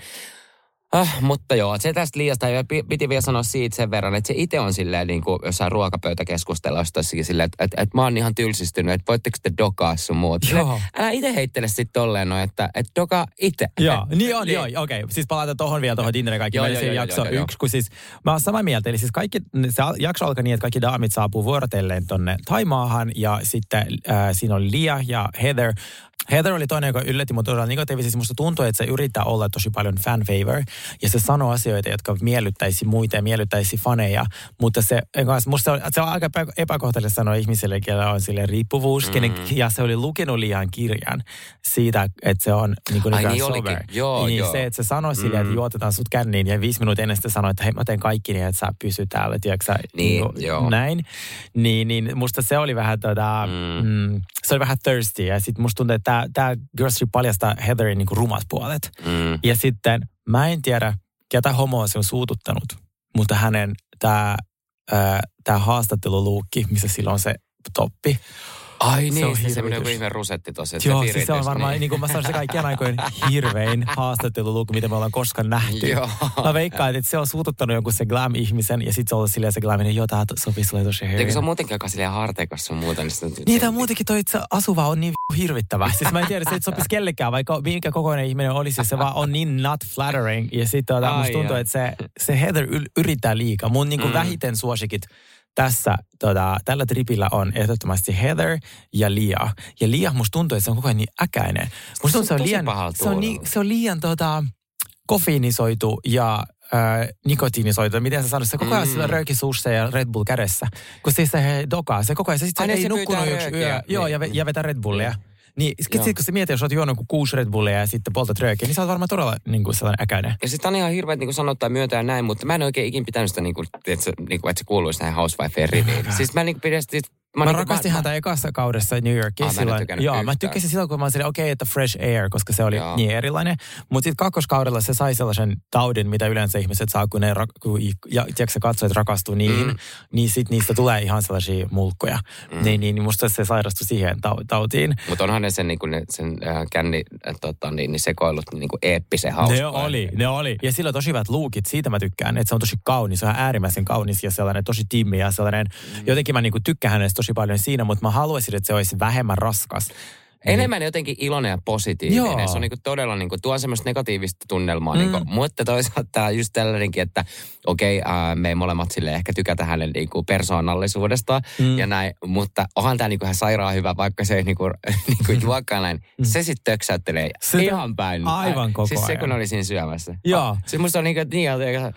Ah, mutta joo, se tästä liiasta, ja piti vielä sanoa siitä sen verran, että se itse on silleen niin kuin jossain ruokapöytäkeskustelussa silleen, että, että, että mä oon ihan tylsistynyt, että voitteko te dokaa sun muut. Joo. Älä itse heittele sitten tolleen noin, että, että dokaa itse. Joo, niin on, joo, okei. Okay. Siis palataan tohon vielä tuohon Dinnerin kaikki. Meillä se jakso jo, jo, yksi, kun siis mä oon samaa mieltä. Eli siis kaikki, se jakso alkaa niin, että kaikki daamit saapuu vuorotelleen tonne Taimaahan, ja sitten äh, siinä oli Lea ja Heather. Heather oli toinen, joka yllätti mut todella negatiivisesti. Musta tuntuu, että se yrittää olla tosi paljon fan favor. Ja se sanoo asioita, jotka miellyttäisi muita ja miellyttäisi faneja. Mutta se, musta se on, se on aika epäkohtaisesti sanoa ihmiselle, kellä on sille riippuvuus. Mm. Ja se oli lukenut liian kirjan siitä, että se on niin kuin niin sober. Joo, niin joo. se, että se sanoi sille, että juotetaan sut känniin. Ja viisi minuuttia ennen sitä sanoi, että hei, mä teen kaikki niin, että sä pysy täällä. Tiedätkö niin, niin joo. Näin. Niin, niin musta se oli vähän tota, mm. Mm, se oli vähän thirsty. Ja sit musta tuntuu, että tämä Girl Street paljastaa Heatherin niinku rumat puolet. Mm. Ja sitten mä en tiedä, ketä homoa se on suututtanut, mutta hänen tämä haastatteluluukki, missä sillä on se toppi. Ai niin, se semmoinen joku ihme rusetti tossa. Joo, siis se on varmaan, niin, niin kuin mä sanoin, se kaikkien aikojen hirvein haastatteluluku, mitä me ollaan koskaan nähty. Joo. Mä veikkaan, että se on suututtanut jonkun se glam-ihmisen, ja sit se on silleen se glaminen, joo, tää sopii sulle tosi hyvin. Eikö se on muutenkin aika silleen harteikossa sun muuta? Niin, niin tämä muutenkin toi itse asuva on niin hirvittävä. Siis mä en tiedä, se ei sopisi kellekään, vaikka minkä kokoinen ihminen olisi, se vaan on niin not flattering. Ja sit tota, musta tuntuu, että se, se Heather yrittää liikaa. Mun niin kuin mm. vähiten suosikit tässä, tota, tällä tripillä on ehdottomasti Heather ja Lea. Ja Lea musta tuntuu, että se on koko ajan niin äkäinen. Musta tuntuu, että se on liian, se on, niin, se on liian tota, kofeiinisoitu ja äh, nikotiinisoitu. Miten sä sanoit? Se koko ajan mm. sillä rööki suussa ja Red Bull kädessä. Kun siis se dokaa. Se koko ajan, se sitten ei nukkunut yksi yö. Joo, ja, ja vetää Red Bullia. Mm. Niin, sitten kun sä mietit, jos oot juonut kuusi Red Bullia ja sitten poltat röökiä, niin sä oot varmaan todella niin kuin sellainen äkäinen. Ja sitten on ihan hirveä, että niin sanottaa myöntää näin, mutta mä en oikein ikin pitänyt sitä, niin kuin, että, se, niin kuin, että se kuuluisi näihin housewifeen riviin. Siis mä niin pidä sitä... Mä, mä niin rakastin häntä ekassa kaudessa New Yorkissa. Ah, mä joo, mä tykkäsin silloin, kun mä olin okei, okay, että fresh air, koska se oli joo. niin erilainen. Mutta sitten kakkoskaudella se sai sellaisen taudin, mitä yleensä ihmiset saa, kun ne kun, ja, tiedätkö, sä katsojat rakastuu niihin, mm. niin sitten niistä tulee ihan sellaisia mulkkuja. Mm. Niin, niin musta se sairastui siihen tautiin. Mutta onhan ne sen, niin kuin ne, sen äh, känni äh, tota, niin, niin sekoilut niin kuin eeppisen hauska. Ne oli, ne oli. Ja sillä on tosi hyvät luukit, siitä mä tykkään, että se on tosi kaunis, se on äärimmäisen kaunis ja sellainen tosi timmi ja sellainen, mm. jotenkin mä niin kuin tykkään hänestä tosi paljon siinä, mutta mä haluaisin, että se olisi vähemmän raskas. Enemmän jotenkin iloinen ja positiivinen. Joo. Se on niinku todella, niinku, tuo semmoista negatiivista tunnelmaa. Mm. Niinku, mutta toisaalta just tällainenkin, että okei, okay, äh, me molemmat sille ehkä tykätä hänen niinku, persoonallisuudesta mm. ja näin. Mutta onhan tämä niinku, ihan sairaan hyvä, vaikka se ei niinku, niinku, juokaan näin. Mm. Se sitten töksäyttelee Sitä ihan päin. Aivan koko siis ajan. Se, kun oli siinä syömässä. Joo. Se musta on niinku, niin,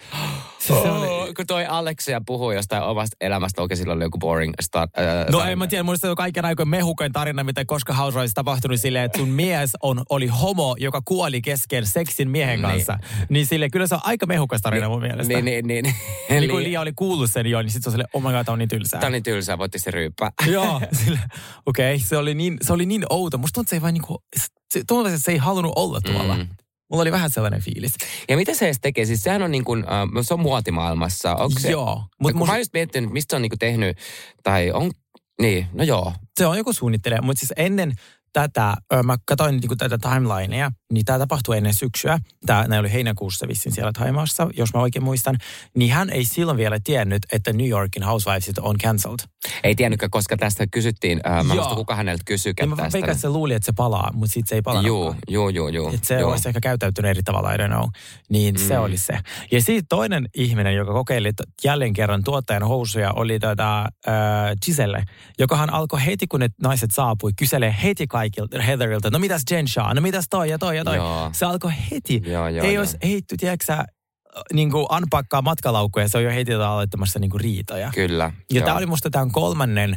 siis oh, oli... kun toi Aleksia puhui jostain omasta elämästä, oikein silloin oli joku boring start. Äh, no en mä tiedä, muista on kaiken aikojen mehukoin tarina, mitä koska Housewives tapahtunut silleen, että sun mies on, oli homo, joka kuoli kesken seksin miehen kanssa. Niin, niin silleen, kyllä se on aika mehukas tarina mun mielestä. Niin, niin, niin. Eli kun Lea oli kuullut sen jo, niin sit se on silleen, oh my god, tää on niin tylsää. Tää on niin tylsää, voitti se ryyppää. Joo, okei, okay, se oli niin, se oli niin outo. Musta tuntuu, että se ei vain niinku, tuntuu, että se ei halunnut olla tuolla. Mm. Mulla oli vähän sellainen fiilis. Ja mitä se edes tekee? Siis sehän on niin kuin, uh, se on muotimaailmassa. Onko se? Joo. Mutta mun... mä just miettinyt, mistä se on niin kuin tehnyt, tai on, niin, no joo. Se on joku suunnittelija, mutta siis ennen tätä, mä katsoin niin kuin tätä timelinea, niin tämä tapahtui ennen syksyä. Tämä, nämä oli heinäkuussa vissiin siellä Thaimaassa, jos mä oikein muistan. Niin hän ei silloin vielä tiennyt, että New Yorkin Housewivesit on cancelled. Ei tiennytkään, koska tästä kysyttiin. Äh, mä muistan, kuka häneltä kysykään tästä. Mä veikkaan, että se luuli, että se palaa, mutta sitten se ei palannut. Joo, joo, joo. joo. Että se joo. olisi ehkä käyttäytynyt eri tavalla, I don't know. Niin mm. se oli se. Ja sitten toinen ihminen, joka kokeili jälleen kerran tuottajan housuja, oli tätä äh, Giselle, jokahan alkoi heti, kun ne naiset saapui, kyselee heti kaikilta Heatherilta, no mitäs Jen Shah, no mitäs toi ja toi ja toi. Joo. Se alkoi heti. Joo, joo, ei joo. olisi heitty, tiedätkö niin kuin unpakkaa matkalaukkuja, se on jo heti aloittamassa niin kuin riitoja. Kyllä. Ja tämä oli musta tämän kolmannen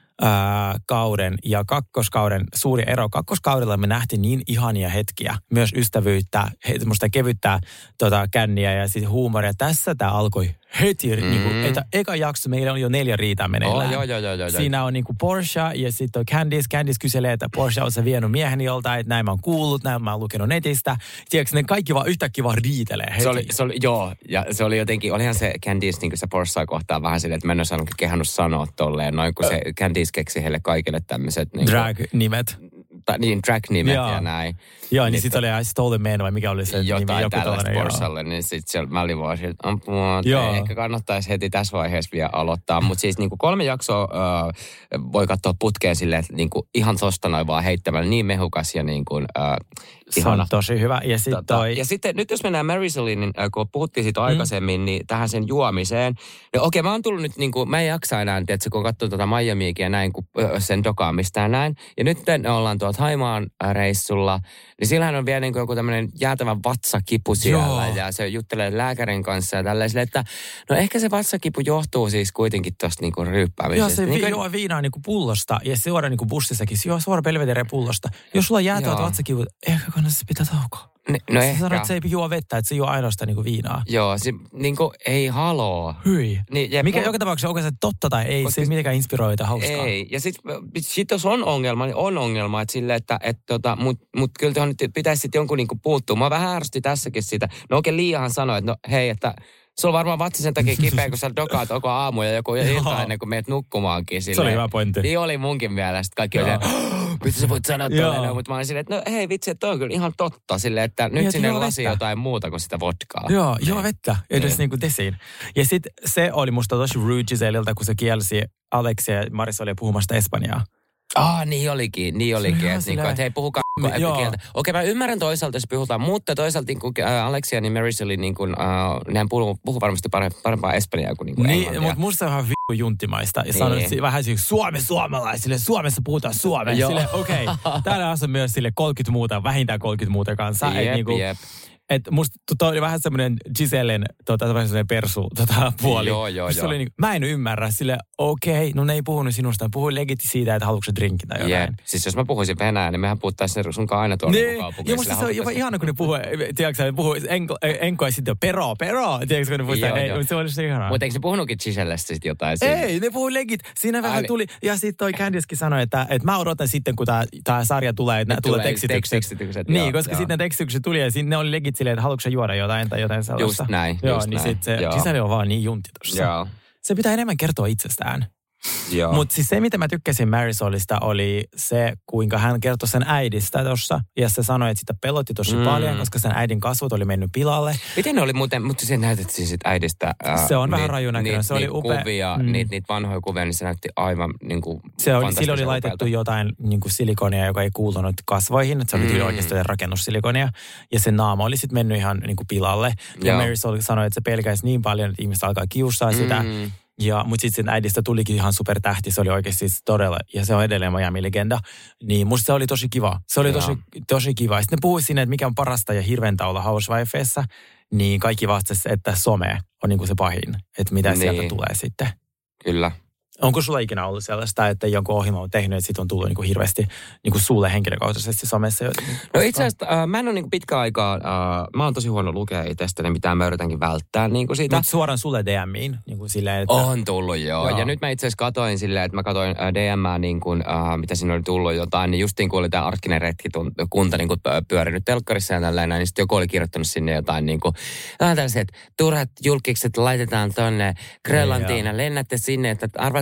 ää, kauden ja kakkoskauden suuri ero. Kakkoskaudella me nähtiin niin ihania hetkiä, myös ystävyyttä, semmoista kevyttä tota, känniä ja sitten huumoria. Tässä tämä alkoi heti, mm. niin kuin, että eka jakso meillä on jo neljä riitaa meneillään. Oh, joo, joo, joo, joo. Siinä on niin kuin Porsche ja sitten Candice. Candice kyselee, että Porsche on se vienyt mieheni joltain, että näin mä oon kuullut, näin mä oon lukenut netistä. Tiedätkö, ne kaikki vaan yhtäkkiä vaan riitelee heti. Se oli, se oli, joo, ja se oli jotenkin, olihan se Candice niin kuin se Porschea kohtaa vähän silleen, että mä en olisi ainakin kehannut sanoa tolleen, noin kun se Candice keksi heille kaikille tämmöiset niin drag-nimet. Niin, drag-nimet ja näin. Joo, niin, niin sitten oli Stolen Man vai mikä oli se jotain nimi? Jotain tällaista Porschelle, niin sitten siellä mä olin vaan siltä, että ehkä kannattaisi heti tässä vaiheessa vielä aloittaa. Mutta siis niin kuin kolme jaksoa äh, voi katsoa putkeen silleen, että niin kuin ihan tosta noin vaan heittämällä niin mehukas ja niin kuin äh, se on tosi hyvä. Ja, sit tota, toi... ja sitten nyt jos mennään Marisoline, niin äh, kun puhuttiin siitä aikaisemmin, mm. niin tähän sen juomiseen. No okei, okay, mä oon tullut nyt, niin kuin, mä en jaksa enää, tietysti, kun katsoo tuota Miamiikin ja näin, kun äh, sen dokaamista ja näin. Ja nyt me ollaan tuolla Thaimaan reissulla, niin sillähän on vielä niin kuin joku tämmöinen jäätävä vatsakipu siellä. Joo. Ja se juttelee lääkärin kanssa ja tälleen, että no ehkä se vatsakipu johtuu siis kuitenkin tuosta niin kuin ryyppäämisestä. Joo, se niin vi- juo viinaa niin kuin pullosta ja se juoda niin kuin bussissakin. Se juo suora Belvedere pullosta. Jos sulla on jäätävät vatsakiput, ehkä kannattaa pitää taukoa. Ne, no sä ehkä. sanoit, että se ei juo vettä, että se juo ainoastaan niinku viinaa. Joo, se niinku ei haloo. Hyi. Niin, ja mikä mä... joka tapauksessa, onko se totta tai ei, koska... se ei mitenkään inspiroita hauskaa. Ei, ja sit, sit jos on ongelma, niin on ongelma, että sille, että et, tota, mut, mut kyllä tuohon nyt pitäisi sitten jonkun niinku puuttua. Mä vähän ärsytti tässäkin sitä. No oikein liiahan sanoi, että no hei, että sulla on varmaan vatsa sen takia kipeä, kun sä dokaat koko aamu ja joku ilta ennen kuin meet nukkumaankin. Silleen. Se oli hyvä pointti. Niin oli munkin mielestä. Kaikki oli mitä sä voit sanoa tuolle, mutta mä olin silleen, että no hei vitsi, että toi on kyllä ihan totta. Silleen, että nyt ja sinne lasi jotain muuta kuin sitä vodkaa. Joo, niin. Joo vettä. Edes niin kuin desiin. Ja sitten se oli musta tosi rude Giseliltä, kun se kielsi Aleksia ja Marisolia puhumasta espanjaa. Ah, niin olikin, niin olikin. Että niinku, et hei, puhukaa kieltä. Okei, mä ymmärrän toisaalta, jos puhutaan, mutta toisaalta niin kuin äh, Alexia ja Marisol, niin kuin, äh, nehän puhuu, puhuu varmasti parempaa espanjaa kuin, niin kuin niin, englantia. mutta musta on ihan vittu junttimaista. Ja niin. Sanoo vähän siis Suomi suomalaisille, Suomessa puhutaan suomea. Sille okei, okay, täällä asuu myös sille kolmekymmentä muuta, vähintään kolmekymmentä muuta kanssa. Jep, et, niinku, jep. Että musta toi oli vähän semmoinen Gisellen tota, semmoinen persu tota, puoli. Joo, joo, joo. Oli niin, mä en ymmärrä sille, okei, okay, no ne ei puhunut sinusta. Puhui legitti siitä, että haluatko drinkin tai jotain. Jep. Siis jos mä puhuisin venäjää, niin mehän puhuttaisiin sunkaan aina tuolla niin. kaupungissa. Ja musta se on jopa ihana, kun ne puhuu, tiedätkö ne puhuu enko, enko ja sitten pero, pero. Tiedätkö, kun ne puhuu, ei, se oli se ihanaa. Mutta eikö se puhunutkin Gisellestä sitten jotain siinä? Ei, ne puhui legit. Siinä vähän tuli, ja sitten toi Candicekin sanoi, että, että mä odotan sitten, kun tää sarja tulee, että tulee tekstitykset. Niin, koska sitten tekstitykset tuli ja ne oli legit silleen, että haluatko juoda jotain tai jotain sellaista. Just näin. Joo, just niin näin. sitten se Giselle on vaan niin juntti tossa. Joo. Se pitää enemmän kertoa itsestään. Mutta siis se, mitä mä tykkäsin Marisolista, oli se, kuinka hän kertoi sen äidistä tuossa. Ja se sanoi, että sitä pelotti tosi mm. paljon, koska sen äidin kasvot oli mennyt pilalle. Miten ne oli muuten, mutta se näytettiin sitten äidistä. Ää, se on niit, vähän raju näköinen. Se niit oli upea. Kuvia, mm. niitä niit vanhoja kuvia, niin se näytti aivan niin kuin se oli, sillä oli laitettu upealta. Jotain niin kuin silikonia, joka ei kuulunut kasvoihin. Että se oli mm. oikeasti rakennussilikonia. Ja se naama oli sitten mennyt ihan niin kuin pilalle. Ja Marisol sanoi, että se pelkäisi niin paljon, että ihmiset alkaa kiusaa sitä. Mm. Ja, mutta sitten sen äidistä tulikin ihan supertähti, se oli oikeasti siis todella, ja se on edelleen Miami-legenda. Niin musta se oli tosi kiva. Se oli tosi, tosi kiva. Sitten ne puhui siinä, että mikä on parasta ja hirveäntä olla Housewifeissa, niin kaikki vastasi, että some on niinku se pahin, että mitä niin. Sieltä tulee sitten. Kyllä. Onko sulla ikinä ollut sellaista, että jonkun ohjelma on tehnyt, että siitä on tullut niinku hirveästi niinku sulle henkilökohtaisesti somessa? No itse asiassa äh, mä en ole niinku pitkä aikaa, äh, mä oon tosi huono lukea itsestäni, mitä mä yritänkin välttää niinku siitä. Mutta suoraan sulle D Miin? Niinku silleen, että... On tullut joo. joo. Ja nyt mä itse asiassa katoin silleen, että mä katoin äh, D Mää niin kuin, äh, mitä siinä oli tullut jotain, niin justiin kun oli tää Arkkinen retkikunta niin kuin pyörinyt telkkarissa ja tällainen, niin sitten joku oli kirjoittanut sinne jotain niin kuin, tällaiset turhat julkikset laitetaan tonne Grönlantiin ja lennätte sinne, että arvat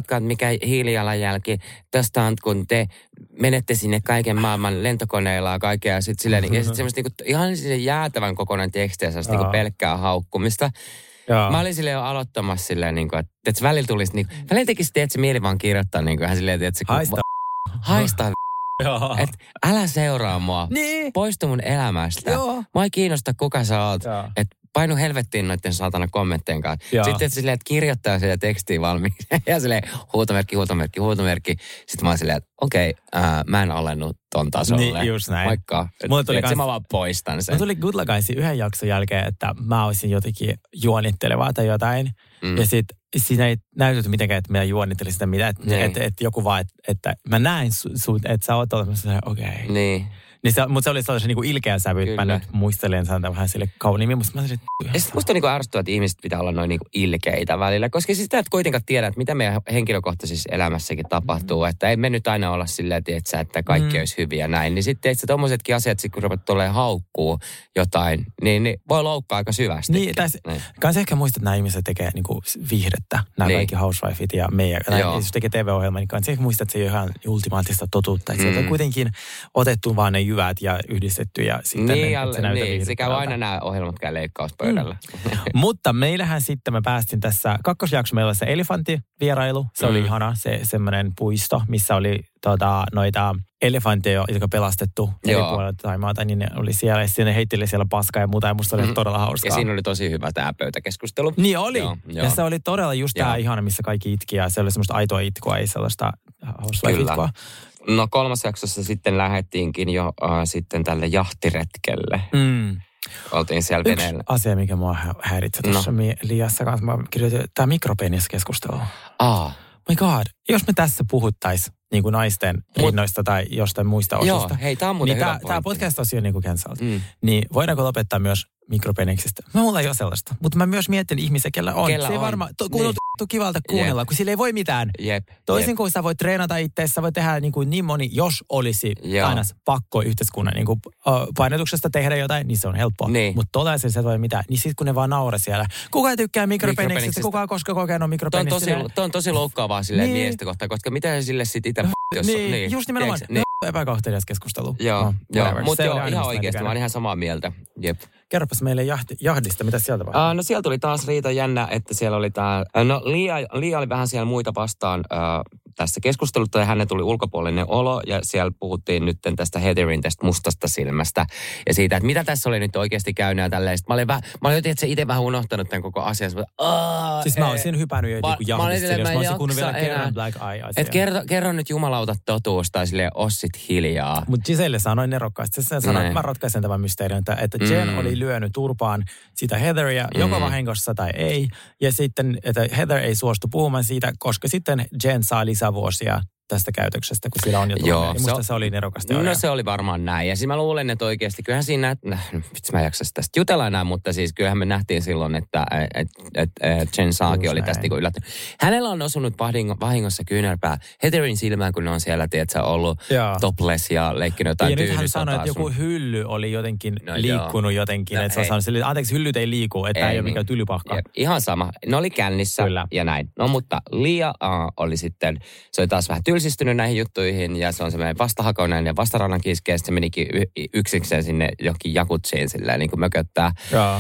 tiedätkö, mikä hiilijalanjälki tästä on, kun te menette sinne kaiken maailman lentokoneilla ja kaikkea. Ja sitten silleen, ja sit semmoista niinku, ihan sinne jäätävän kokonainen tekstiä, sellaista niinku pelkkää haukkumista. Jaa. Mä olin silleen jo aloittamassa silleen, niinku, että, että välillä tulisi, niinku, välillä tekisi, tiedätkö, mieli vaan kirjoittaa niinku, ihan silleen, että... Haista Haista että älä seuraa mua. Niin. Poistu mun elämästä. Joo. Mua ei kiinnosta, kuka sä oot. Että painu helvettiin noiden saatana kommenttien kanssa. Joo. Sitten että silleen, että kirjoittaa sitä tekstiä valmiiksi. Ja silleen huutomerkki, huutomerkki, huutomerkki. Sitten mä oon silleen, että okei, okay, äh, mä en olennut ton tasolle. Niin, just näin. Moikka. Että kans... mä vaan poistan sen. Mulla tuli Good Luckaisin yhden jakson jälkeen, että mä olisin jotenkin juonittelevaa tai jotain. Mm. Ja sitten siinä ei näytetty mitenkään, että mä juonittelin sitä mitään. Että niin. et, et joku vaan, että, että mä näin sun, että sä oot olemassa, okei. Okay. Niin. Niin se, mutta se oli sellaisen niin ilkeä sävy, että mä nyt muistelen sanotaan vähän sille kauniimmin. Musta mä sanoin, ja sitten musta on niin ärsyttävää, että ihmiset pitää olla noin niin ilkeitä välillä. Koska siis sitä et kuitenkaan tiedä, että mitä meidän henkilökohtaisessa elämässäkin tapahtuu. Mm. Että ei me nyt aina olla silleen, tietsä, että kaikki mm. olisi hyviä näin. Niin sitten että tommosetkin asiat, kun rupeat tulee haukkuu jotain, niin, niin voi loukkaa aika syvästi. Niin, tässä kans ehkä muistat, että nämä ihmiset tekee niin kuin viihdettä. Nämä niin. kaikki housewifeit ja meidän. Jos tekee T V-ohjelma, niin kans ehkä muistat, että se ei ole ihan ultimaattista totuutta. Että mm. sieltä on kuitenkin otettu vaan ne jyvät ja yhdistetty ja sitten niin, ne, alle, se näytä niin, sekä aina nämä ohjelmat käy leikkauspöydällä. Mm. Mutta meillähän sitten me päästin tässä kakkosjakso, meillä oli se elefanttivierailu. Se mm. oli ihana, se semmoinen puisto, missä oli tota, noita elefantteja, jotka pelastettu eri puolella Taimaata, niin ne oli siellä ja ne heitteli siellä paskaa ja muuta ja musta oli mm. todella hauskaa. Ja siinä oli tosi hyvä tämä pöytäkeskustelu. Niin oli. Joo, ja joo. se oli todella just tämä ihana, missä kaikki itki ja se oli semmoista aitoa itkua, ei sellaista housewife-itkua. No kolmas jaksossa sitten lähdettiinkin jo äh, sitten tälle jahtiretkelle. Mm. Oltiin siellä Yksi veneellä. asia, mikä mua häiritsee tuossa no. Liassa kanssa, mä kirjoitin, tämä mikropeniskeskustelu. Aa. My god, jos me tässä puhuttaisiin niin kuin naisten rinnoista tai jostain muista osista. Joo, hei, tämä on muuten niin hyvä pointti. Tämä podcast-osio niin kuin cancelled. Mm. Niin voidaanko lopettaa myös mikropeniksistä? Mä mulla ei ole sellaista. Mutta mä myös mietin ihmisiä, kellä on. Kellä se ei on. varmaan, niin. kivalta kuunnella, Jep. kun sillä ei voi mitään. Jep. Toisin Jep. kuin sä voit treenata itseäsi, sä voit tehdä niin, kuin niin moni, jos olisi aina pakko yhteiskunnan niin kuin, uh, painotuksesta tehdä jotain, niin se on helppoa. Niin. Mutta tollaisen sä et voi mitään. Niin sit kun ne vaan naura siellä. Kuka ei tykkää mikropeniksistä, kuka on koskaan kokenut mikropeniksistä. Tuo on tosi, on tosi loukkaavaa silleen niin. miestä kohtaan, koska mitä se sille sit itse jos niin, niin, just nimenomaan. Niin. Epäkohtelias keskustelu. Joo, no, joo. Mutta joo, ihan oikeasti, mä oon ihan samaa mieltä. Jep. Kerropas meille jahti, jahdista, mitä sieltä vai? Uh, no siellä tuli taas riita jännä, että siellä oli tää, no Lia, Lia oli vähän siellä muita vastaan uh, tässä keskustelussa ja hänen tuli ulkopuolinen olo ja siellä puhuttiin nyt tästä Heatherin tästä mustasta silmästä ja siitä, että mitä tässä oli nyt oikeasti käynyt ja tälleen. Mä olin, vähän, mä olin jotenkin itse vähän unohtanut tämän koko asian. Mä, siis mä olisin hypännyt jo joku jahdista, jos mä olisin kuunnut vielä kerran Black Eye-asiaa. Että kerro, kerro nyt jumalauta totuus tai silleen ossit hiljaa. Mutta Giselle sanoi nerokkaasti. Se sanoi, että mä ratkaisen tämän mysteerin, että, että Jen mm. oli lyönyt turpaan sitä Heatheria mm. joko vahingossa tai ei. Ja sitten, että Heather ei suostu puhumaan siitä, koska sitten Jen saa lisävuosia tästä käytöksestä, kun sillä on jo tuonne. Ja musta se, se oli nerokasta. No se oli varmaan näin. Ja siis mä luulen, että oikeasti, kyllähän siinä, no, vitsi mä jaksaisi tästä jutella enää, mutta siis kyllähän me nähtiin silloin, että et, et, et Jen Saaki oli tästä niin yllättynyt. Hänellä on osunut vahingossa kyynärpää Heatherin silmään, kun ne on siellä, tiedätkö, ollut Jaa. topless ja leikkinyt jotain tyylisotaa. Ja nyt hän sanoi, että joku hylly oli jotenkin no, liikkunut joo. jotenkin. No, että se on sanonut, anteeksi, hyllyt ei liiku, että ei, ei ole mikään tylypahka. Jep, ihan sama. Ne oli kännissä Kyllä. ja näin. No mutta Lia uh, oli sitten, se oli taas vähän tylsistynyt näihin juttuihin. Ja se on semmoinen vastahakoinen ja vastarannan kiske, ja se menikin y- yksikseen sinne johonkin jakutsiin silleen niin kuin mököttää.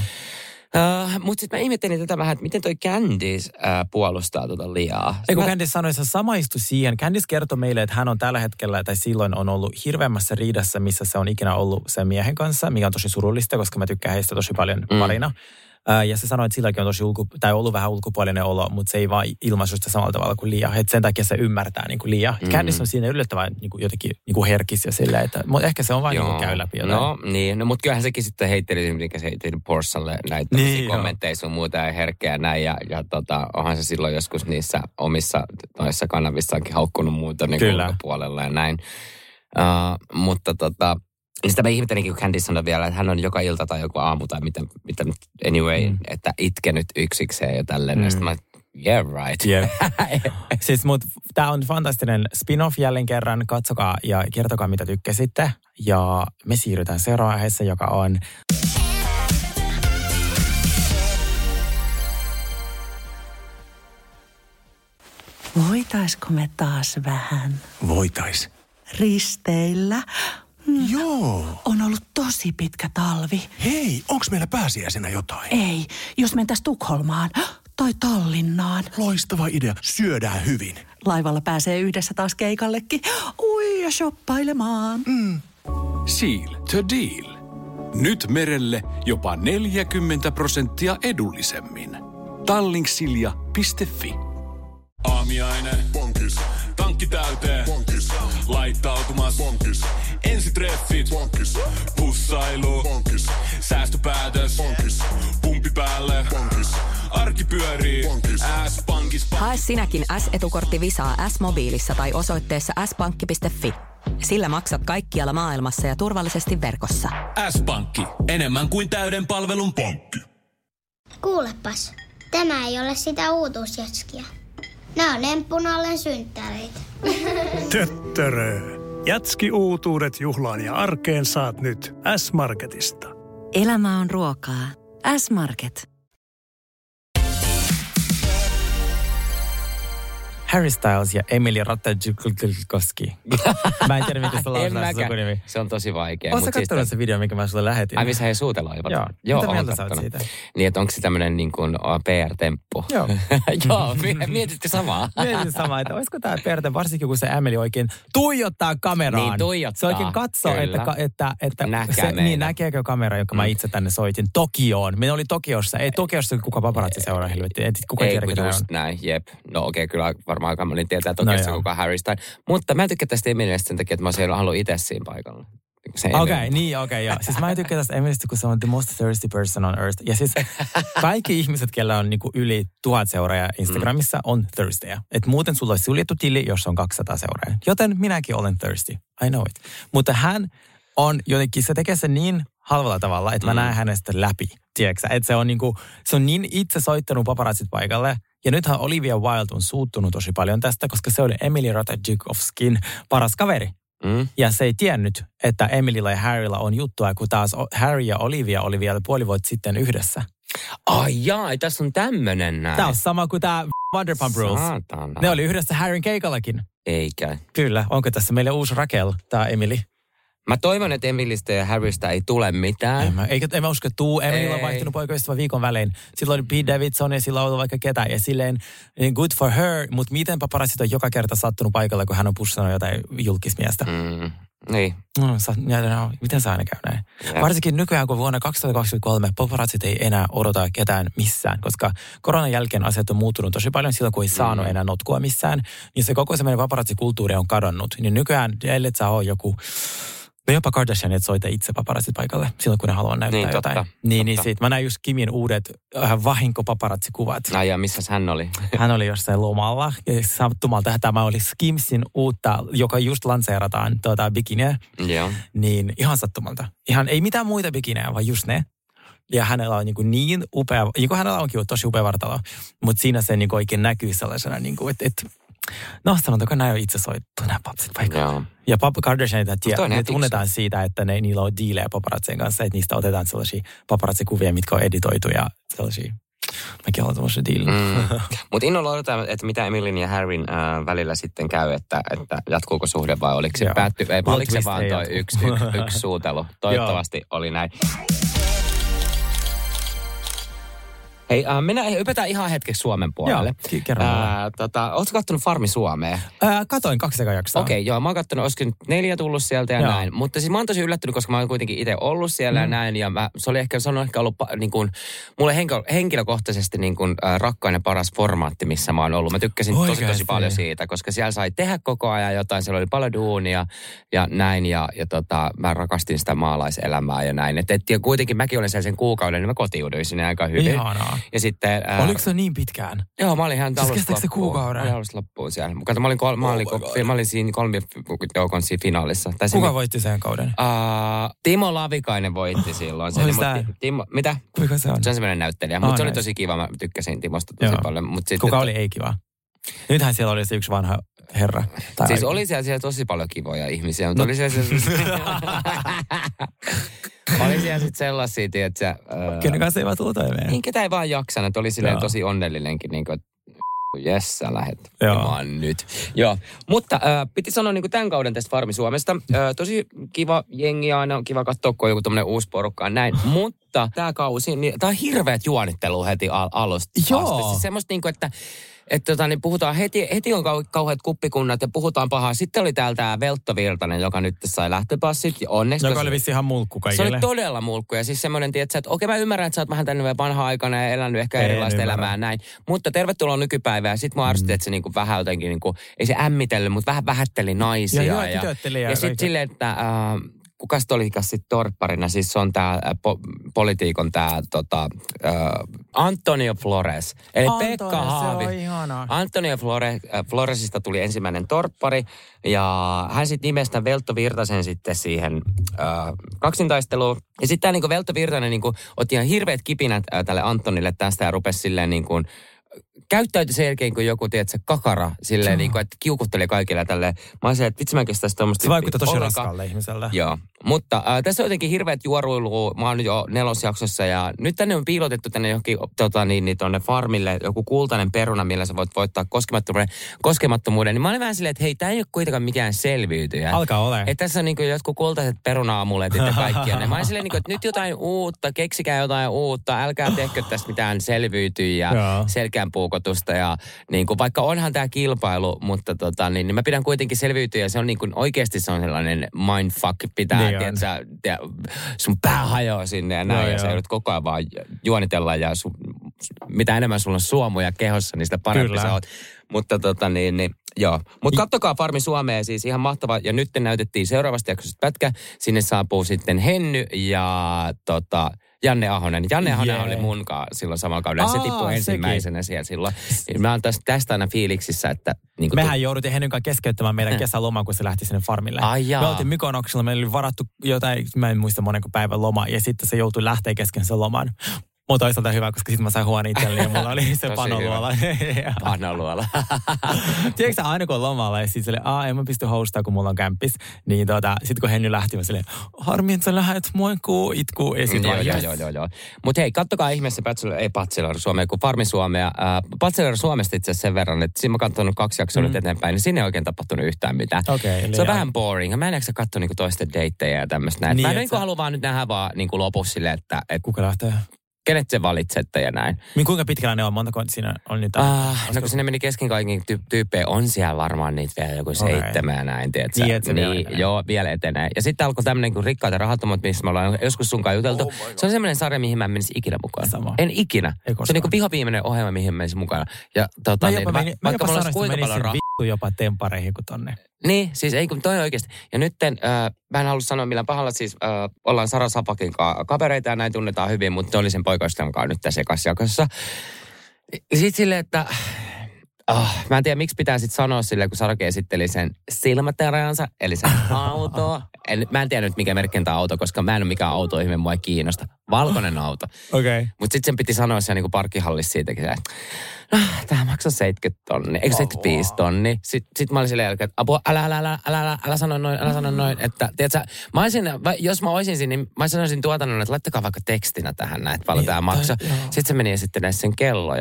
Uh, mutta sitten mä ihmettelin tätä vähän, että miten toi Candice uh, puolustaa tuota Liaa. Ei kun mä... Candice sanoi, että se samaistui siihen. Candice kertoi meille, että hän on tällä hetkellä, tai silloin on ollut hirveämmässä riidassa, missä se on ikinä ollut sen miehen kanssa, mikä on tosi surullista, koska mä tykkään heistä tosi paljon mm. parina. Ja se sanoi, että silläkin on tosi ulko, tai ollut vähän ulkopuolinen olo, mutta se ei vaan ilmaisu sitä samalla tavalla kuin Lia. Että sen takia se ymmärtää niin kuin Lia. Mm. Candice on siinä yllättävän niin kuin jotenkin niin kuin herkis ja silleen, että mutta ehkä se on vain niin kuin käy läpi jotain. No niin, no mutta kyllähän sekin sitten heitteli, mikä se heitteli Porsalle näitä niin, kommentteja sun muuta ja herkeä näin. Ja, ja tota, onhan se silloin joskus niissä omissa noissa kanavissaankin haukkunut muuta niin ulkopuolella ja näin. Uh, mutta tota... Ja sitä mä ihmettelinkin, kun Candice sanoi vielä, että hän on joka ilta tai joku aamu tai mitä, mitä anyway, mm. että itkenyt yksikseen ja tälleen. Mm. Ja sitten mä, yeah right. Yeah. Siis mut, tää on fantastinen spin-off jälleen kerran. Katsokaa ja kertokaa, mitä tykkäsitte. Ja me siirrytään seuraavaan aiheeseen, joka on... Voitaisko me taas vähän Voitais. risteillä? Joo. On ollut tosi pitkä talvi. Hei, onks meillä pääsiäisenä jotain? Ei, jos mentäis Tukholmaan tai Tallinnaan. Loistava idea. Syödään hyvin. Laivalla pääsee yhdessä taas keikallekin. Ui, ja shoppailemaan. Mm. Seal to deal. Nyt merelle jopa neljäkymmentä prosenttia edullisemmin. Tallingsilja piste fi. Aamiainen. Bonkis. Tankki täyteen. Bonkis. Laittautumas. Bonkis. Ensitreffit. Bonkis. Pussailu. Bonkis. Säästöpäätös. Bonkis. Pumpi päälle. Bonkis. Arki pyörii. Bonkis. S-pankis. Hae sinäkin S-etukortti Visaa S-mobiilissa tai osoitteessa s pankki piste fi. Sillä maksat kaikkialla maailmassa ja turvallisesti verkossa. S-pankki. Enemmän kuin täyden palvelun pankki. Kuulepas, tämä ei ole sitä uutuusjatskia. Nämä on emppunallen synttäreitä. Töttörö. Jatski uutuudet juhlaan ja arkeen saat nyt S-Marketista. Elämä on ruokaa. S-Market. Harry Styles ja Emily Ratajkowski. Mä en tiedä, miten sitä lausutaan se sukunimi. Se on tosi vaikea. Oletko sä kattonut siis se video, minkä mä sulle lähetin? Ai missä he suutelaivat? Joo. Joo, mitä mieltä sä oot siitä? Niin, että onko se tämmönen niin kuin P R-temppu? Joo. Joo, mietitte samaa. Mietin samaa, että olisiko tämä P R-temppu, varsinkin kun se Emily oikein tuijottaa kameraan. Niin, tuijottaa. Se oikein katsoo, että, että, että se, niin, näkeekö kamera, jonka mm. mä itse tänne soitin, Tokioon. Minä oli Tokiossa. Ei Tokiossa kuka paparazzi seuraa helvetti. En kuka ei, tiedä, kun just on. Näin, jep. No okei, okay, kyllä varmaan aika moni tietää Tokiossa no, kuka Harry Styles. Mutta mä tykkään tästä Emilystä sen takia, että mä olisin halunnut itse siinä paikalla. Okei, okay, niin okei, okay, joo. Siis mä tykkään tästä Emilystä, kun se on the most thirsty person on earth. Ja siis kaikki ihmiset, kellä on niinku yli tuhat seuraajaa Instagramissa, on thirstyä. Että muuten sulla olisi suljettu tili, jos on kaksisataa seuraajaa. Joten minäkin olen thirsty. I know it. Mutta hän on jotenkin, se tekee sen niin halvalla tavalla, että mä mm. näen hänestä läpi. Tiedätkö? Että se on niinku, se on niin itse soittanut paparazzit paikalle. Ja nythän Olivia Wilde on suuttunut tosi paljon tästä, koska se oli Emily Ratajkowskin paras kaveri. Mm. Ja se ei tiennyt, että Emilyllä ja Harrylla on juttua, kun taas Harry ja Olivia oli vielä puoli vuotta sitten yhdessä. Ai jaa, tässä on tämmönen näin. Tämä on sama kuin tämä Vanderpump Rules. Saatana. Ne oli yhdessä Harryn keikallakin. Eikä. Kyllä, onko tässä meille uusi Raquel, tämä Emily? Mä toivon, että Emilystä ja Harrystä ei tule mitään. En mä, eikä, en mä usko, että tuu. Emilyllä on vaihtunut poikaystävä viikon välein. Silloin oli Pete Davidson ja sillä on ollut vaikka ketä. Ja silleen, good for her. Mutta miten paparazzit on joka kerta sattunut paikalle, kun hän on pussannut jotain julkismiestä? Mm, niin. No, sa, no, miten se aina käy näin? Ja. Varsinkin nykyään, kun vuonna kaksituhattakaksikymmentäkolme paparazzit ei enää odota ketään missään. Koska koronan jälkeen asiat on muuttunut tosi paljon. Silloin, kun ei saanut mm. enää notkua missään. Niin se koko semmoinen paparazzikulttuuri on kadonnut. Niin nykyään, ellei sä ole joku... Me jopa Kardashianit soita itse paparazzit paikalle silloin, kun ne haluaa näyttää niin, totta, jotain. Totta. Niin, niin siitä. Mä näin just Kimin uudet äh, vahinkopaparazzi-kuvat. Ai ja missäs hän oli? Hän oli jossain lomalla. Ja sattumalta tämä oli Skimsin uutta, joka just lanseerataan tuota bikiniä. Joo. Niin ihan sattumalta. Ihan ei mitään muita bikinejä, vaan just ne. Ja hänellä on niin, kuin niin upea, niin kuin hänellä onkin tosi upea vartalo. Mutta siinä se niin kuin oikein näkyy sellaisena, niin kuin, että... Et, no, sanotaanko näin on itse soittu nämä papsit paikalla. Ja Papa Kardashianit, ne tunnetaan siitä, että ne, niillä on diilejä paparazzien kanssa, että niistä otetaan sellaisia paparazzikuvia, mitkä on editoitu ja sellaisia. Mäkin olen tämmöisen diilin. Mm. Mutta innolla odotetaan, että mitä Emilyn ja Harryn äh, välillä sitten käy, että, että jatkuuko suhde vai oliko se päätty, ei, oliko se vaan toi yksi, yksi, yksi suutelu. Toivottavasti oli näin. Hei, äh, mennään, ypätään ihan hetkeksi Suomen puolelle. Joo, kerran. Äh, tota, ootko kattonut Farmi Suomea? Äh, katoin kaksi ekaa jaksoa. Okei, okay, joo, mä oon kattonut, olisiko nyt neljä tullut sieltä ja joo. näin. Mutta siis mä oon tosi yllättynyt, koska mä oon kuitenkin itse ollut siellä mm. ja näin. Ja mä, se oli ehkä, se on ehkä ollut niin kuin, mulle henkilö, henkilökohtaisesti niin kuin, äh, rakkain ja paras formaatti, missä mä oon ollut. Mä tykkäsin Oikeasti. tosi tosi paljon siitä, koska siellä sai tehdä koko ajan jotain. Siellä oli paljon duunia ja näin. Ja, ja tota, mä rakastin sitä maalaiselämää ja näin. Et, et, ja kuitenkin mäkin olin siellä sen kuukauden, niin mä kotiuduin sinne aika hyvin. Ihanaa. Ja sitten... Ää, oliko se niin pitkään? Joo, mä olin ihan siis alusta loppuun. kuukauden? Mä olin alusta loppuun siellä. Kato, mä olin, kol, mä olin, oh mä olin siinä kolmen joukon siinä finaalissa. Tai Kuka se, voitti sen kauden? Uh, Timo Lavikainen voitti silloin. Se, mutta, Timo, mitä? Kuka se on? Se on semmoinen näyttelijä. Oh, mutta se nice. oli tosi kiva. Mä tykkäsin Timosta tosi Joo. paljon. Mut sit, Kuka että, oli ei kiva? Nythän siellä oli se yksi vanha herra. Tai siis oli siellä, siellä tosi paljon kivoja ihmisiä, mutta no. oli siellä... Oli siellä sitten sellaisia, tietsä... Kenen kanssa ei vaan tullut toimeen. Niin, ketä ei vaan jaksanut. Oli silleen tosi onnellinenkin, niin kuin, jes sä lähet Joo. nyt. Joo, mutta äh, piti sanoa niin kuin tämän kauden tästä Farmi Suomesta. Äh, tosi kiva jengi aina, kiva katsoa, kun on joku tommonen uusi porukka näin. Mutta tämä kausi, niin tämä on hirveät juonittelu heti al- alusta. Joo. Siis semmoista niin kuin, että Että tota, niin puhutaan heti, heti on kau, kauheat kuppikunnat ja puhutaan pahaa. Sitten oli täällä tämä Veltto Virtanen, joka nyt sai lähtöpassit. Ja onneksi. Joka oli vissi ihan mulkku kaikille. Se oli todella mulkku. Ja siis semmoinen, tietsä, että okei mä ymmärrän, että sä oot vähän tänne vanha-aikana ja elänyt ehkä Ei, erilaista en elämää näin. Mutta tervetuloa nykypäivään. Sitten mä arvostin, mm. että se niinku vähän jotenkin, niinku, ei se ämmitellyt, mutta vähän vähätteli naisia. Ja, ja, ja, ja, ja sitten silleen, että... Äh, kukas olikas sitten torpparina? Siis se on tämä po, politiikon tämä tota, äh, Antonio Flores. Eli Antonio, Pekka Haavi. Se on ihanaa. Antonio Flores, äh, Floresista tuli ensimmäinen torppari. Ja hän sitten nimestä Veltto Virtasen sitten siihen äh, kaksintaisteluun. Ja sitten tämä niinku Veltto Virtanen niinku otti ihan hirveät kipinät äh, tälle Antonille tästä ja rupesi silleen niin kuin käyttäytyi sen jälkeen, kun joku, tiedätkö, kakara, silleen niin kuin, että kiukutteli kaikille tälle. Mä olisin, että vitsi mä kestäisi tuommoista. Se vaikuttaa tosi raskaalle ihmiselle. Joo, mutta äh, tässä on jotenkin hirveät juoruilua. Mä oon nyt jo nelosjaksossa ja nyt tänne on piilotettu tänne johonkin, tota niin, niin tonne farmille joku kultainen peruna, millä sä voit voittaa koskemattomuuden. koskemattomuuden. Niin mä olin vähän silleen, että hei, tää ei ole kuitenkaan mikään selviytyjä. Alkaa ole. Että tässä on niin kuin jotkut kultaiset peruna-amuletit ja kaikkia. Ja mä olin silleen, niin kuin, että nyt jotain uutta, keksikää jotain uutta, älkää tehkö tästä mitään selviytyjä ja selkään puukotusta. Ja niin kuin, vaikka onhan tämä kilpailu, mutta tota, niin, niin mä pidän kuitenkin selviytyä ja se on niin kuin, oikeasti se on sellainen mindfuck, pitää, niin tiedätkö, ja sun pää hajoaa sinne ja näin, no, ja sä joudut koko ajan vaan juonitella ja sun, mitä enemmän sulla on suomuja kehossa, niin sitä parempi Kyllä. sä oot. Mutta tota niin, niin joo. Mutta kattokaa Farmi Suomea, siis ihan mahtava. Ja nyt näytettiin seuraavasta jaksosta pätkä. Sinne saapuu sitten Henny ja tota, Janne Ahonen. Janne Ahonen yeah. oli munkaan silloin samalla kaudella. Se tippui ensimmäisenä siellä silloin. Mä oon tästä, tästä aina fiiliksissä, että... Niin Mehän tu- jouduttiin Hennyn kanssa keskeyttämään meidän kesälomaa, kun se lähti sinne farmille. Ai jaa. Me oltiin Mykonoksella, meillä oli varattu jotain, mä en muista monenko päivän loma. Ja sitten se joutui lähteä kesken sen loman. Mutta toisaalta hyvä, koska sitten mä sain huone itselleni ja mulla oli se panoluola. Panoluola. Tiedätkö aina kun on lomalla ja sitten silleen, aah, en mä pysty hostaa, kun mulla on kämppis. Niin tota, sitten kun Henny lähti, mä silleen, harmi, että sä lähet, moinkuu, itkuu. Ja sit joo, vaan, joo, yes. joo, joo, joo. Mutta hei, kattokaa ihmeessä Bachelor, ei Bachelor Suomea, kun Farmi Suomea. Äh, Bachelor Suomesta itse asiassa sen verran, että siinä mä katsonut kaksi jaksoa mm. nyt eteenpäin, niin siinä ei oikein tapahtunut yhtään mitään. Okay, se on vähän boring. Mä en eksä katsoa niinku toisten dateja ja tämmöistä näin. Niin, mä en niinku halua vaan nyt nähdä vaan niinku lopussa silleen, että... Et, kuka lähtee? Kenet se valitsette ja näin. Niin kuinka pitkällä ne on? Montako siinä on niitä? Ah, no kun sinne meni kesken kaiken ty- tyyppejä, on siellä varmaan niitä vielä joku okay. seitsemän ja näin, tiedätkö? Niin, että niin, vielä joo, vielä etenee. Ja sitten alkoi tämmöinen kuin Rikkaat ja rahattomat, missä me ollaan joskus sunkaan juteltu. Oh se on semmoinen sarja, mihin mä en menisi ikinä mukaan. Sama. En ikinä. Se on niin kuin vihoviimeinen ohjelma, mihin mä menisin mukaan. Ja tota, mä niin, jopa, va- meni, vaikka mä mulla olisi kuinka paljon rahaa. Vittu jopa tempareihin kuin tonne. Niin, siis ei kun toi oikeasti. Ja nytten, äh, mä en halua sanoa millään pahalla, siis äh, ollaan Sara Sapakin ka- kavereita ja näin tunnetaan hyvin, mutta se oli sen poikaystävän kanssa nyt tässä ekasjakossa. Sitten silleen, että oh, mä en tiedä miksi pitää sitten sanoa silleen, kun Sarake esitteli sen silmäteränsä, eli sen autoa. En, mä en tiedä nyt mikä merkkintä auto, koska mä en ole mikään autoihminen, mua ei kiinnosta. Valkoinen auto. Okei. Okay. Mutta sitten sen piti sanoa siellä niinku parkkihallissa siitäkin, että no, tämä maksaa seitsemänkymmentä tonnia, eikö seitsemänkymmentäviisi tonnia. Sitten sit mä olin silleen, että apua, älä, älä, älä, älä, älä, älä sano noin, älä sano noin. Että, tiedätkö, mä olisin, jos mä olisin siinä, niin mä sanoisin tuotannon, että laittakaa vaikka tekstinä tähän näin, että paljon tämä maksaa. Sitten se meni esittelemään sen kelloja.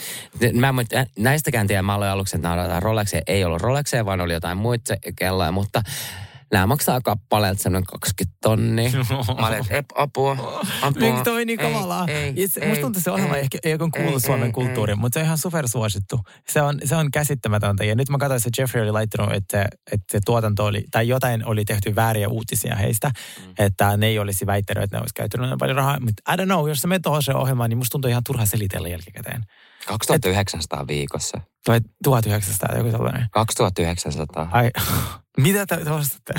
Mä en näistäkään tiedä, mä aloin aluksi, että nämä Rolexia ei ollut Rolexia, vaan oli jotain muita kelloja, mutta nämä maksaa kappaleelta semmoinen kaksikymmentä tonnia. Mä olin, että apua, apua. Miksi toi niin kamalaa? Musta tuntuu, se ohjelma ei, ei ole kuullut Suomen kulttuuriin, mutta se on ihan supersuosittu. Se on, se on käsittämätöntä. Ja nyt mä katsoin, että Jeffrey oli laittanut, että, että se tuotanto oli, tai jotain oli tehty vääriä uutisia heistä, mm. että ne ei olisi väittänyt, että ne olisi käyttänyt paljon rahaa. Mutta I don't know, jos sä menet tuohon se ohjelmaan, niin musta tuntuu ihan turha selitellä jälkikäteen. kaksituhattayhdeksänsataa viikossa. Toi tuhatyhdeksänsataa, joku sellainen. kaksituhattayhdeksänsataa. Ai, mitä te vastatte?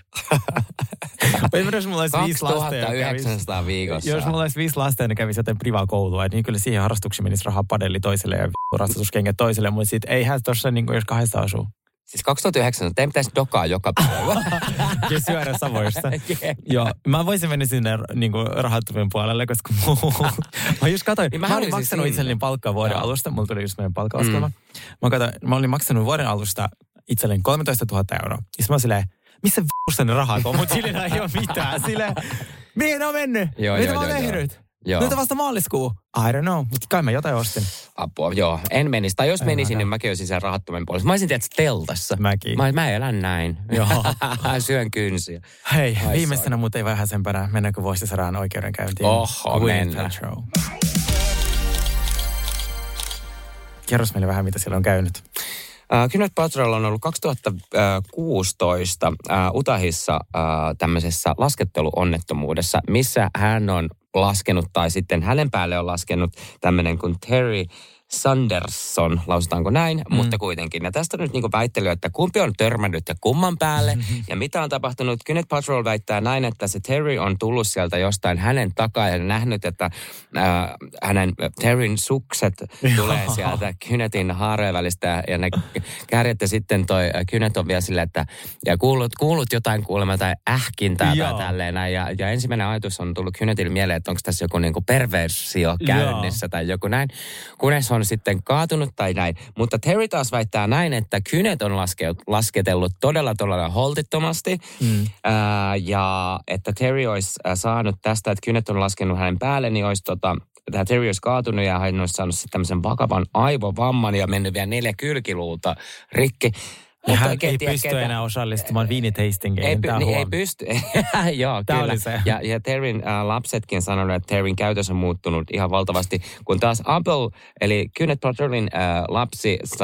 Jos mulla olisi viisi lasta kaksituhattayhdeksänsataa viikossa. Jos mulla olisi viisi lasta ja ne kävisi jotain privaa-koulua, niin kyllä siihen harrastuksiin menisi rahaa padelli toiselle ja ratsatuskengät toiselle, mutta sit eihän tuossa niin jos kahdesta asuu. Siis kaksituhattayhdeksäntoista, teidän pitäisi dokaa joka päivä. Ja syödä Savoista. Joo, mä voisin mennä sinne niin kuin rahattomien puolelle, koska muu... Mä just katsoin, niin mä, mä olin maksanut sinne. Itselleni palkkaa vuoden no. alusta. Mulla tuli just meidän palkkauskelma. Mm. Mä katsoin, mä olin maksanut vuoden alusta itselleni kolmetoista tuhatta euroa. Ja mä silleen, missä v***sta ne rahat on? Mut silleen ei ole mitään. Silleen, mihin on mennyt? Joo, mitä joo, mä oon joo, tehnyt? Joo. Nyt on vasta maaliskuu. I don't know, mutta kai mä jotain ostin. Apua, joo. En menisi. Tai jos En menisin, mäkään. niin mäkin olisin siellä rahattomen puolesta. Mä olisin tietysti teltassa. Mäkin. Mä, mä elän näin. Joo. Syön kynsiä. Hei, Ai viimeisenä, mutta ei vähäisempänä. Mennäänkö vuosisadan oikeudenkäyntiin? Oho, mennään. Kerros meille vähän, mitä siellä on käynyt. Uh, Gwyneth Paltrow on ollut kaksituhattakuusitoista uh, Utahissa uh, tämmöisessä lasketteluonnettomuudessa, missä hän on laskenut, tai sitten hänen päälle on laskenut tämmöinen kuin Terry Sanderson, lausutaanko näin, mm. mutta kuitenkin. Ja tästä nyt niinku väittely, että kumpi on törmännyt ja kumman päälle, mm-hmm. ja mitä on tapahtunut. Gwyneth Paltrow väittää näin, että se Terry on tullut sieltä jostain hänen takaa ja nähnyt, että äh, hänen Terryn sukset tulee sieltä Gwynethin haareen välistä, ja ne kärjet, ja sitten toi Gwyneth on vielä silleen, että ja kuulut, kuulut jotain kuulemma tai ähkintää tai tälleen näin, ja, ja ensimmäinen ajatus on tullut Gwynethille mieleen, että onko tässä joku niinku perversio käynnissä Joo. tai joku näin, kunnes on sitten kaatunut tai näin. Mutta Terry taas väittää näin, että Gwyneth on laskeut, lasketellut todella todella holtittomasti. Mm. Ää, ja että Terry olisi saanut tästä, että Gwyneth on laskenut hänen päälle, niin olisi tota, tämä Terry olisi kaatunut ja hän olisi saanut sitten tämmöisen vakavan aivovamman ja mennyt vielä neljä kylkiluuta rikki. Ja hän ei pysty ketä... enää osallistumaan viinitastingeihin. Ei, py, niin ei pysty. Joo, Tämä kyllä. oli se. Ja, ja Terryn äh, lapsetkin sanonut, että Terryn käytös on muuttunut ihan valtavasti. Kun taas Abel, eli Gwyneth Paltrowin äh, lapsi, sa,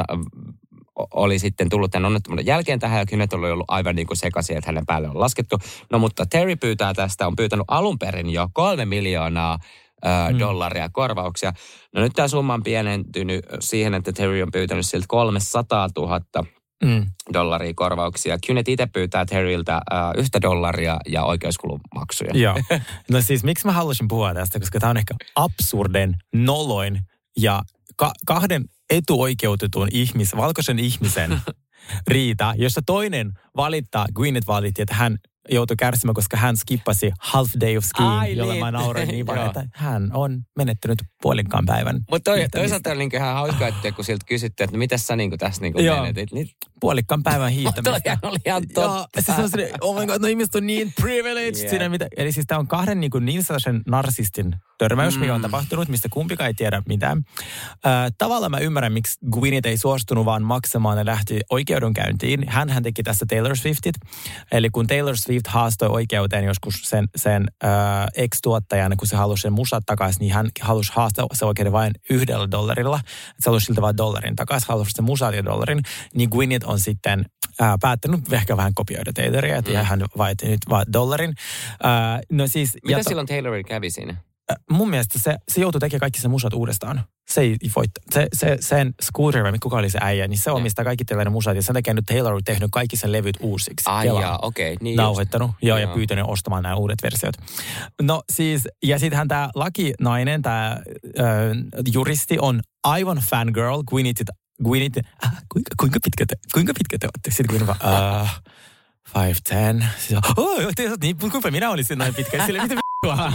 oli sitten tullut tämän onnettomuuden jälkeen tähän, ja Gwyneth oli ollut aivan niin kuin sekaisin, että hänen päälle on laskettu. No mutta Terry pyytää tästä, on pyytänyt alun perin jo kolme miljoonaa äh, mm. dollaria korvauksia. No nyt tämä summa on pienentynyt siihen, että Terry on pyytänyt siltä kolmesataatuhatta Mm. dollaria korvauksia. Gwyneth itse pyytää Terryltä uh, yhtä dollaria ja oikeuskulumaksuja. Joo. No siis miksi mä halusin puhua tästä, koska tämä on ehkä absurden, noloin ja ka- kahden etuoikeutetun ihmis, valkoisen ihmisen riita, jossa toinen valittaa, Gwyneth valitti, että hän joutui kärsimään, koska hän skippasi half day of skiing, Ai, jolle niin. mä nauroin niin paljon, että hän on menettänyt puolikkaan päivän. Mutta toi, toisaalta oli niin ihan hauska, että kun siltä kysyttiin, että mitäs sä niin tässä niin menetit. Niin... Puolikkaan päivän hiihtämistä. Toi oli ihan totta. Ja siis on se, oh my god, no ihmiset on niin privileged yeah. siinä, mitä. Eli siis tämä on kahden niin, kuin niin sellaisen narsistin törmäys, mm. mikä on tapahtunut, mistä kumpikaan ei tiedä mitään. Äh, tavallaan mä ymmärrän, miksi Gwyneth ei suostunut vaan maksamaan ja lähti oikeudenkäyntiin. Hänhän teki tässä Taylor Swiftit. Eli kun Taylor Swift haastoi oikeuteen joskus sen, sen äh, ex-tuottajan, kun se halusi sen musat takaisin, niin hän halusi haastaa se oikeuden vain yhdellä dollarilla. Se halusi siltä vain dollarin takaisin, halusi sen musat ja dollarin. Niin Gwyneth on sitten äh, päättänyt ehkä vähän kopioida Tayloria, että mm. hän vaiti nyt vaan dollarin. Äh, no siis, Mitä to- silloin Taylor kävi siinä? Mun mielestä se, se joutui tekemään kaikki sen musat uudestaan. Se ei voi, se, se, sen Scooter, kuka oli se äijä, niin se omistaa kaikki Taylorin musat. Ja sen takia nyt Taylor on tehnyt kaikki sen levyt uusiksi. Ai jaa, okei. Okay, niin nauhoittanut joo, ja pyytänyt ostamaan nämä uudet versiot. No siis, ja sittenhän tämä lakinainen, tämä äh, juristi on aivan fangirl, Gwyneth, Gwyneth, äh, kuinka, kuinka pitkä te, kuinka pitkä te olette? Sitten Gwyneth vaan, äh, five ten. Siis, oh, te oot niin, kuinka minä olisin näin pitkä. Sille, mitä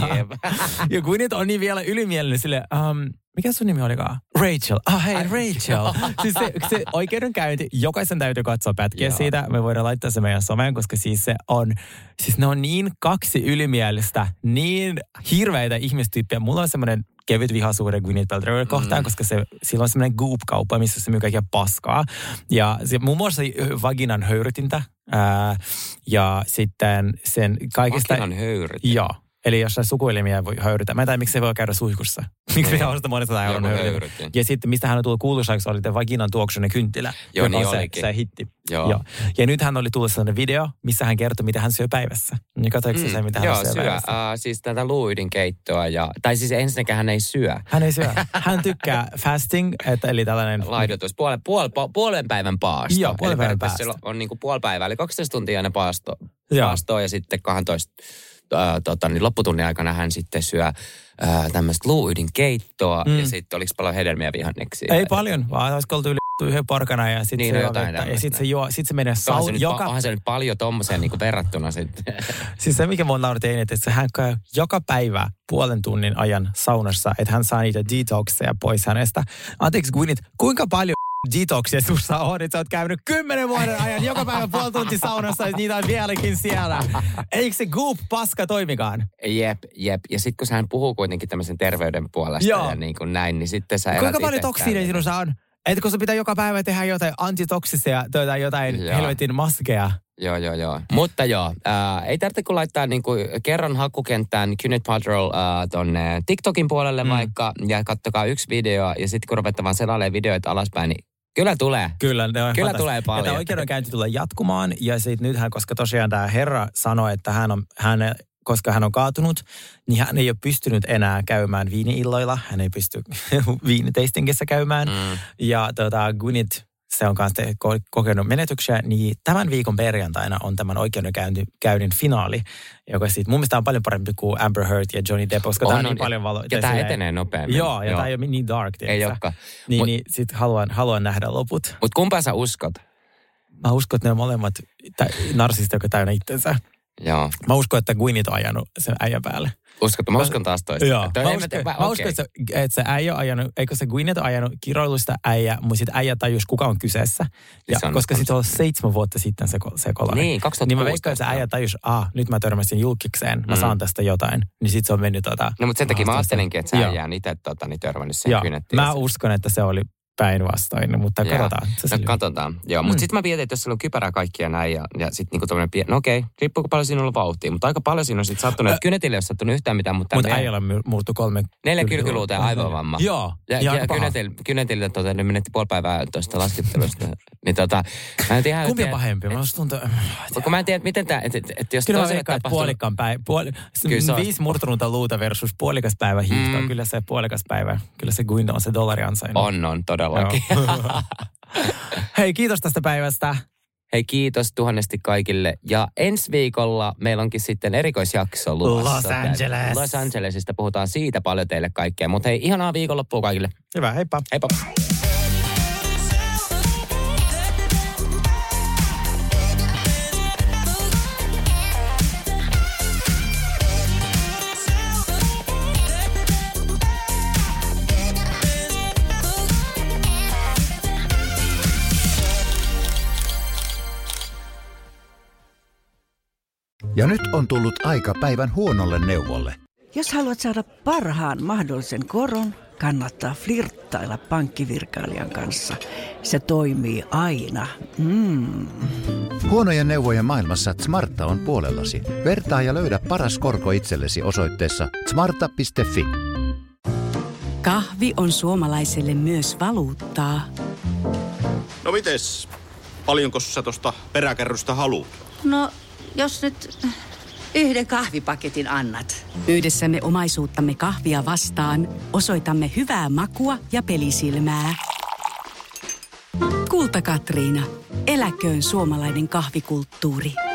ja Gwyneth on niin vielä ylimielinen sille, um, mikä sun nimi olikaan? Rachel. Ah hei, Rachel. Siis se, se oikeudenkäynti, jokaisen täytyy katsoa pätkiä Joo. siitä. Me voidaan laittaa se meidän someen, koska siis se on, siis ne on niin kaksi ylimielistä, niin hirveitä ihmistyyppiä. Mulla on semmoinen kevyt vihasuhde Gwyneth Paltrow kohtaan, mm. koska se, sillä on semmoinen Goop-kauppa, missä se myy kaikkea paskaa. Ja se muun muassa vaginan höyrytintä. Ää, ja sitten sen kaikista... Vaginan höyrytintä? Joo. Eli jos sä sukuelimiä voi höyrytä. Mä en tiedä, miksi se voi käydä suihkussa. Miksi pitää ostaa monesta euron höyrytin. Ja sitten, mistä hän on tullut kuuluisaksi, oli tämä vaginan tuoksunen kynttilä. Joo, joka niin on se, olikin. se hitti. Joo. Joo. Ja nyt hän oli tullut sellainen video, missä hän kertoi, mitä hän syö päivässä. Niin katsoitko mm. se, mitä hän Joo, syö, syö päivässä? Joo, uh, siis tätä luuydin keittoa. Ja, tai siis ensinnäkään hän ei syö. Hän ei syö. Hän tykkää fasting, että, eli tällainen... Laidotus, puolen, puol, puolen päivän paasto. Joo, puolen päivän paasto. On niin kuin puoli päivää, eli kaksitoista tuntia aina paasto, paastoa ja sitten kaksitoista Äh, tota, niin lopputunnin aikana hän sitten syö äh, tämmöistä luuydin keittoa mm. ja sitten oliko paljon hedelmiä vihanneksia? Ei paljon, vaan olisiko oltu yli yhden porkana ja sitten niin, se, no jotain ja sit se, juo, sit se menee saun. Joka... Onhan se nyt paljon tommoseen niin kuin verrattuna sitten. Siis se, mikä mun nauratti eniten, että hän käy joka päivä puolen tunnin ajan saunassa, että hän saa niitä detoxeja pois hänestä. Anteeksi Gwyneth, kuinka paljon detoxia sussa on, että sä oot käynyt kymmenen vuoden ajan joka päivä puoli tunti saunassa, ja niitä on vieläkin siellä. Eikö se Goop-paska toimikaan? Jep, jep. Ja sitten kun sehän puhuu kuitenkin tämmöisen terveyden puolesta Joo. ja niin kuin näin, niin sitten sä elät Kuinka paljon toksiineja sinussa on? Että kun se pitää joka päivä tehdä jotain antitoksisia, jotain joo. helvetin maskeja. Joo, joo, joo. Mutta joo, ää, ei tarvitse kun laittaa niinku kerran hakukenttään Gwyneth Paltrow ää, tonne TikTokin puolelle mm. vaikka, ja kattokaa yksi video, ja sitten kun ruvetaan vaan selailemaan videoita alaspäin, niin kyllä tulee. Kyllä, ne kyllä tulee paljon. Ja tämä oikeudenkäynti tulee jatkumaan, ja sitten nythän, koska tosiaan tämä herra sanoi, että hän on, hän, koska hän on kaatunut, niin hän ei ole pystynyt enää käymään viini-illoilla, hän ei pysty viinitastingissa käymään, mm. ja tota, Gwyneth, se on kanssa kokenut menetyksiä, niin tämän viikon perjantaina on tämän oikeudenkäynnin finaali, joka siitä mun mielestä on paljon parempi kuin Amber Heard ja Johnny Depp, koska tämä on niin paljon valo. Ja tämä etenee nopeammin. Joo, ja Joo. tämä ei ole niin dark. Ei olekaan. Niin, Mut, niin sit haluan, haluan nähdä loput. Mutta kumpaa sä uskot? Mä uskon, että ne on molemmat narsisti, joka täynnä itsensä. Joo. Mä uskon, että Gwyneth on ajanut sen äijän päälle. Uskotko? Mä uskon taas toista. Joo. Mä, mä, uskon, mä okay. uskon, että se, että se äijä on ajanut, eikö se Gwyneth on ajanut kiroilusta äijä, mutta sitten äijä tajus, kuka on kyseessä. Ja, on, koska sitten se on seitsemän vuotta sitten se, se kolari. Niin, kaksituhattakuusitoista. Niin mä veikkaan, että se äijä tajus, ah, nyt mä törmäsin julkikseen, mä mm. saan tästä jotain. Niin sitten se on mennyt tota... No mutta sen takia mä ajattelinkin, että se äijä on itse tota, niin törmännyt sen Gwynettiin. Mä uskon, että se oli päinvastoin, mutta Joo. katsotaan. No katsotaan. Joo, mutta mm. sitten mä mietin, että jos sulla on kypärää kaikkia näin ja, ja sitten niinku tommoinen pieni, no okei, riippuu paljon sinulla on vauhtia, mutta aika paljon siinä on sitten sattunut, että Gwynethille ei ole sattunut yhtään mitään, mutta... Mutta äijällä murtu kolme... Neljä kylkyluuta ja aivovamma. Joo, ja, ja, ja Gwynethille tota, ne menetti puoli päivää tuosta laskettelusta. niin tota, mä en tiedä... Kumpi on pahempi? Mä olisi tuntuu... Kun mä en tiedä, miten tämä... Et, et, et jos kyllä mä veikkaan, että puolikkaan päivä... Puoli, viisi murtunutta luuta versus puolikas päivä hiihtoa. Mm. Kyllä se puolikas päivä, kyllä se Gwyneth on se dollari ansainnut. On, on, todellakin. Hei, kiitos tästä päivästä. Hei, kiitos tuhannesti kaikille. Ja ensi viikolla meillä onkin sitten erikoisjakso luvassa. Los Angeles. Los Angelesista puhutaan siitä paljon teille kaikkea. Mutta hei, ihanaa viikonloppua kaikille. Hyvä, heippa. Heippa. Ja nyt on tullut aika päivän huonolle neuvolle. Jos haluat saada parhaan mahdollisen koron, kannattaa flirttailla pankkivirkailijan kanssa. Se toimii aina. Mm. Huonojen neuvojen maailmassa Smarta on puolellasi. Vertaa ja löydä paras korko itsellesi osoitteessa smarta piste fi. Kahvi on suomalaiselle myös valuuttaa. No mites? Paljonko sä tosta peräkärrystä haluat? No, jos nyt yhden kahvipaketin annat. Yhdessämme omaisuuttamme kahvia vastaan osoitamme hyvää makua ja pelisilmää. Kulta Katriina. Eläköön suomalainen kahvikulttuuri.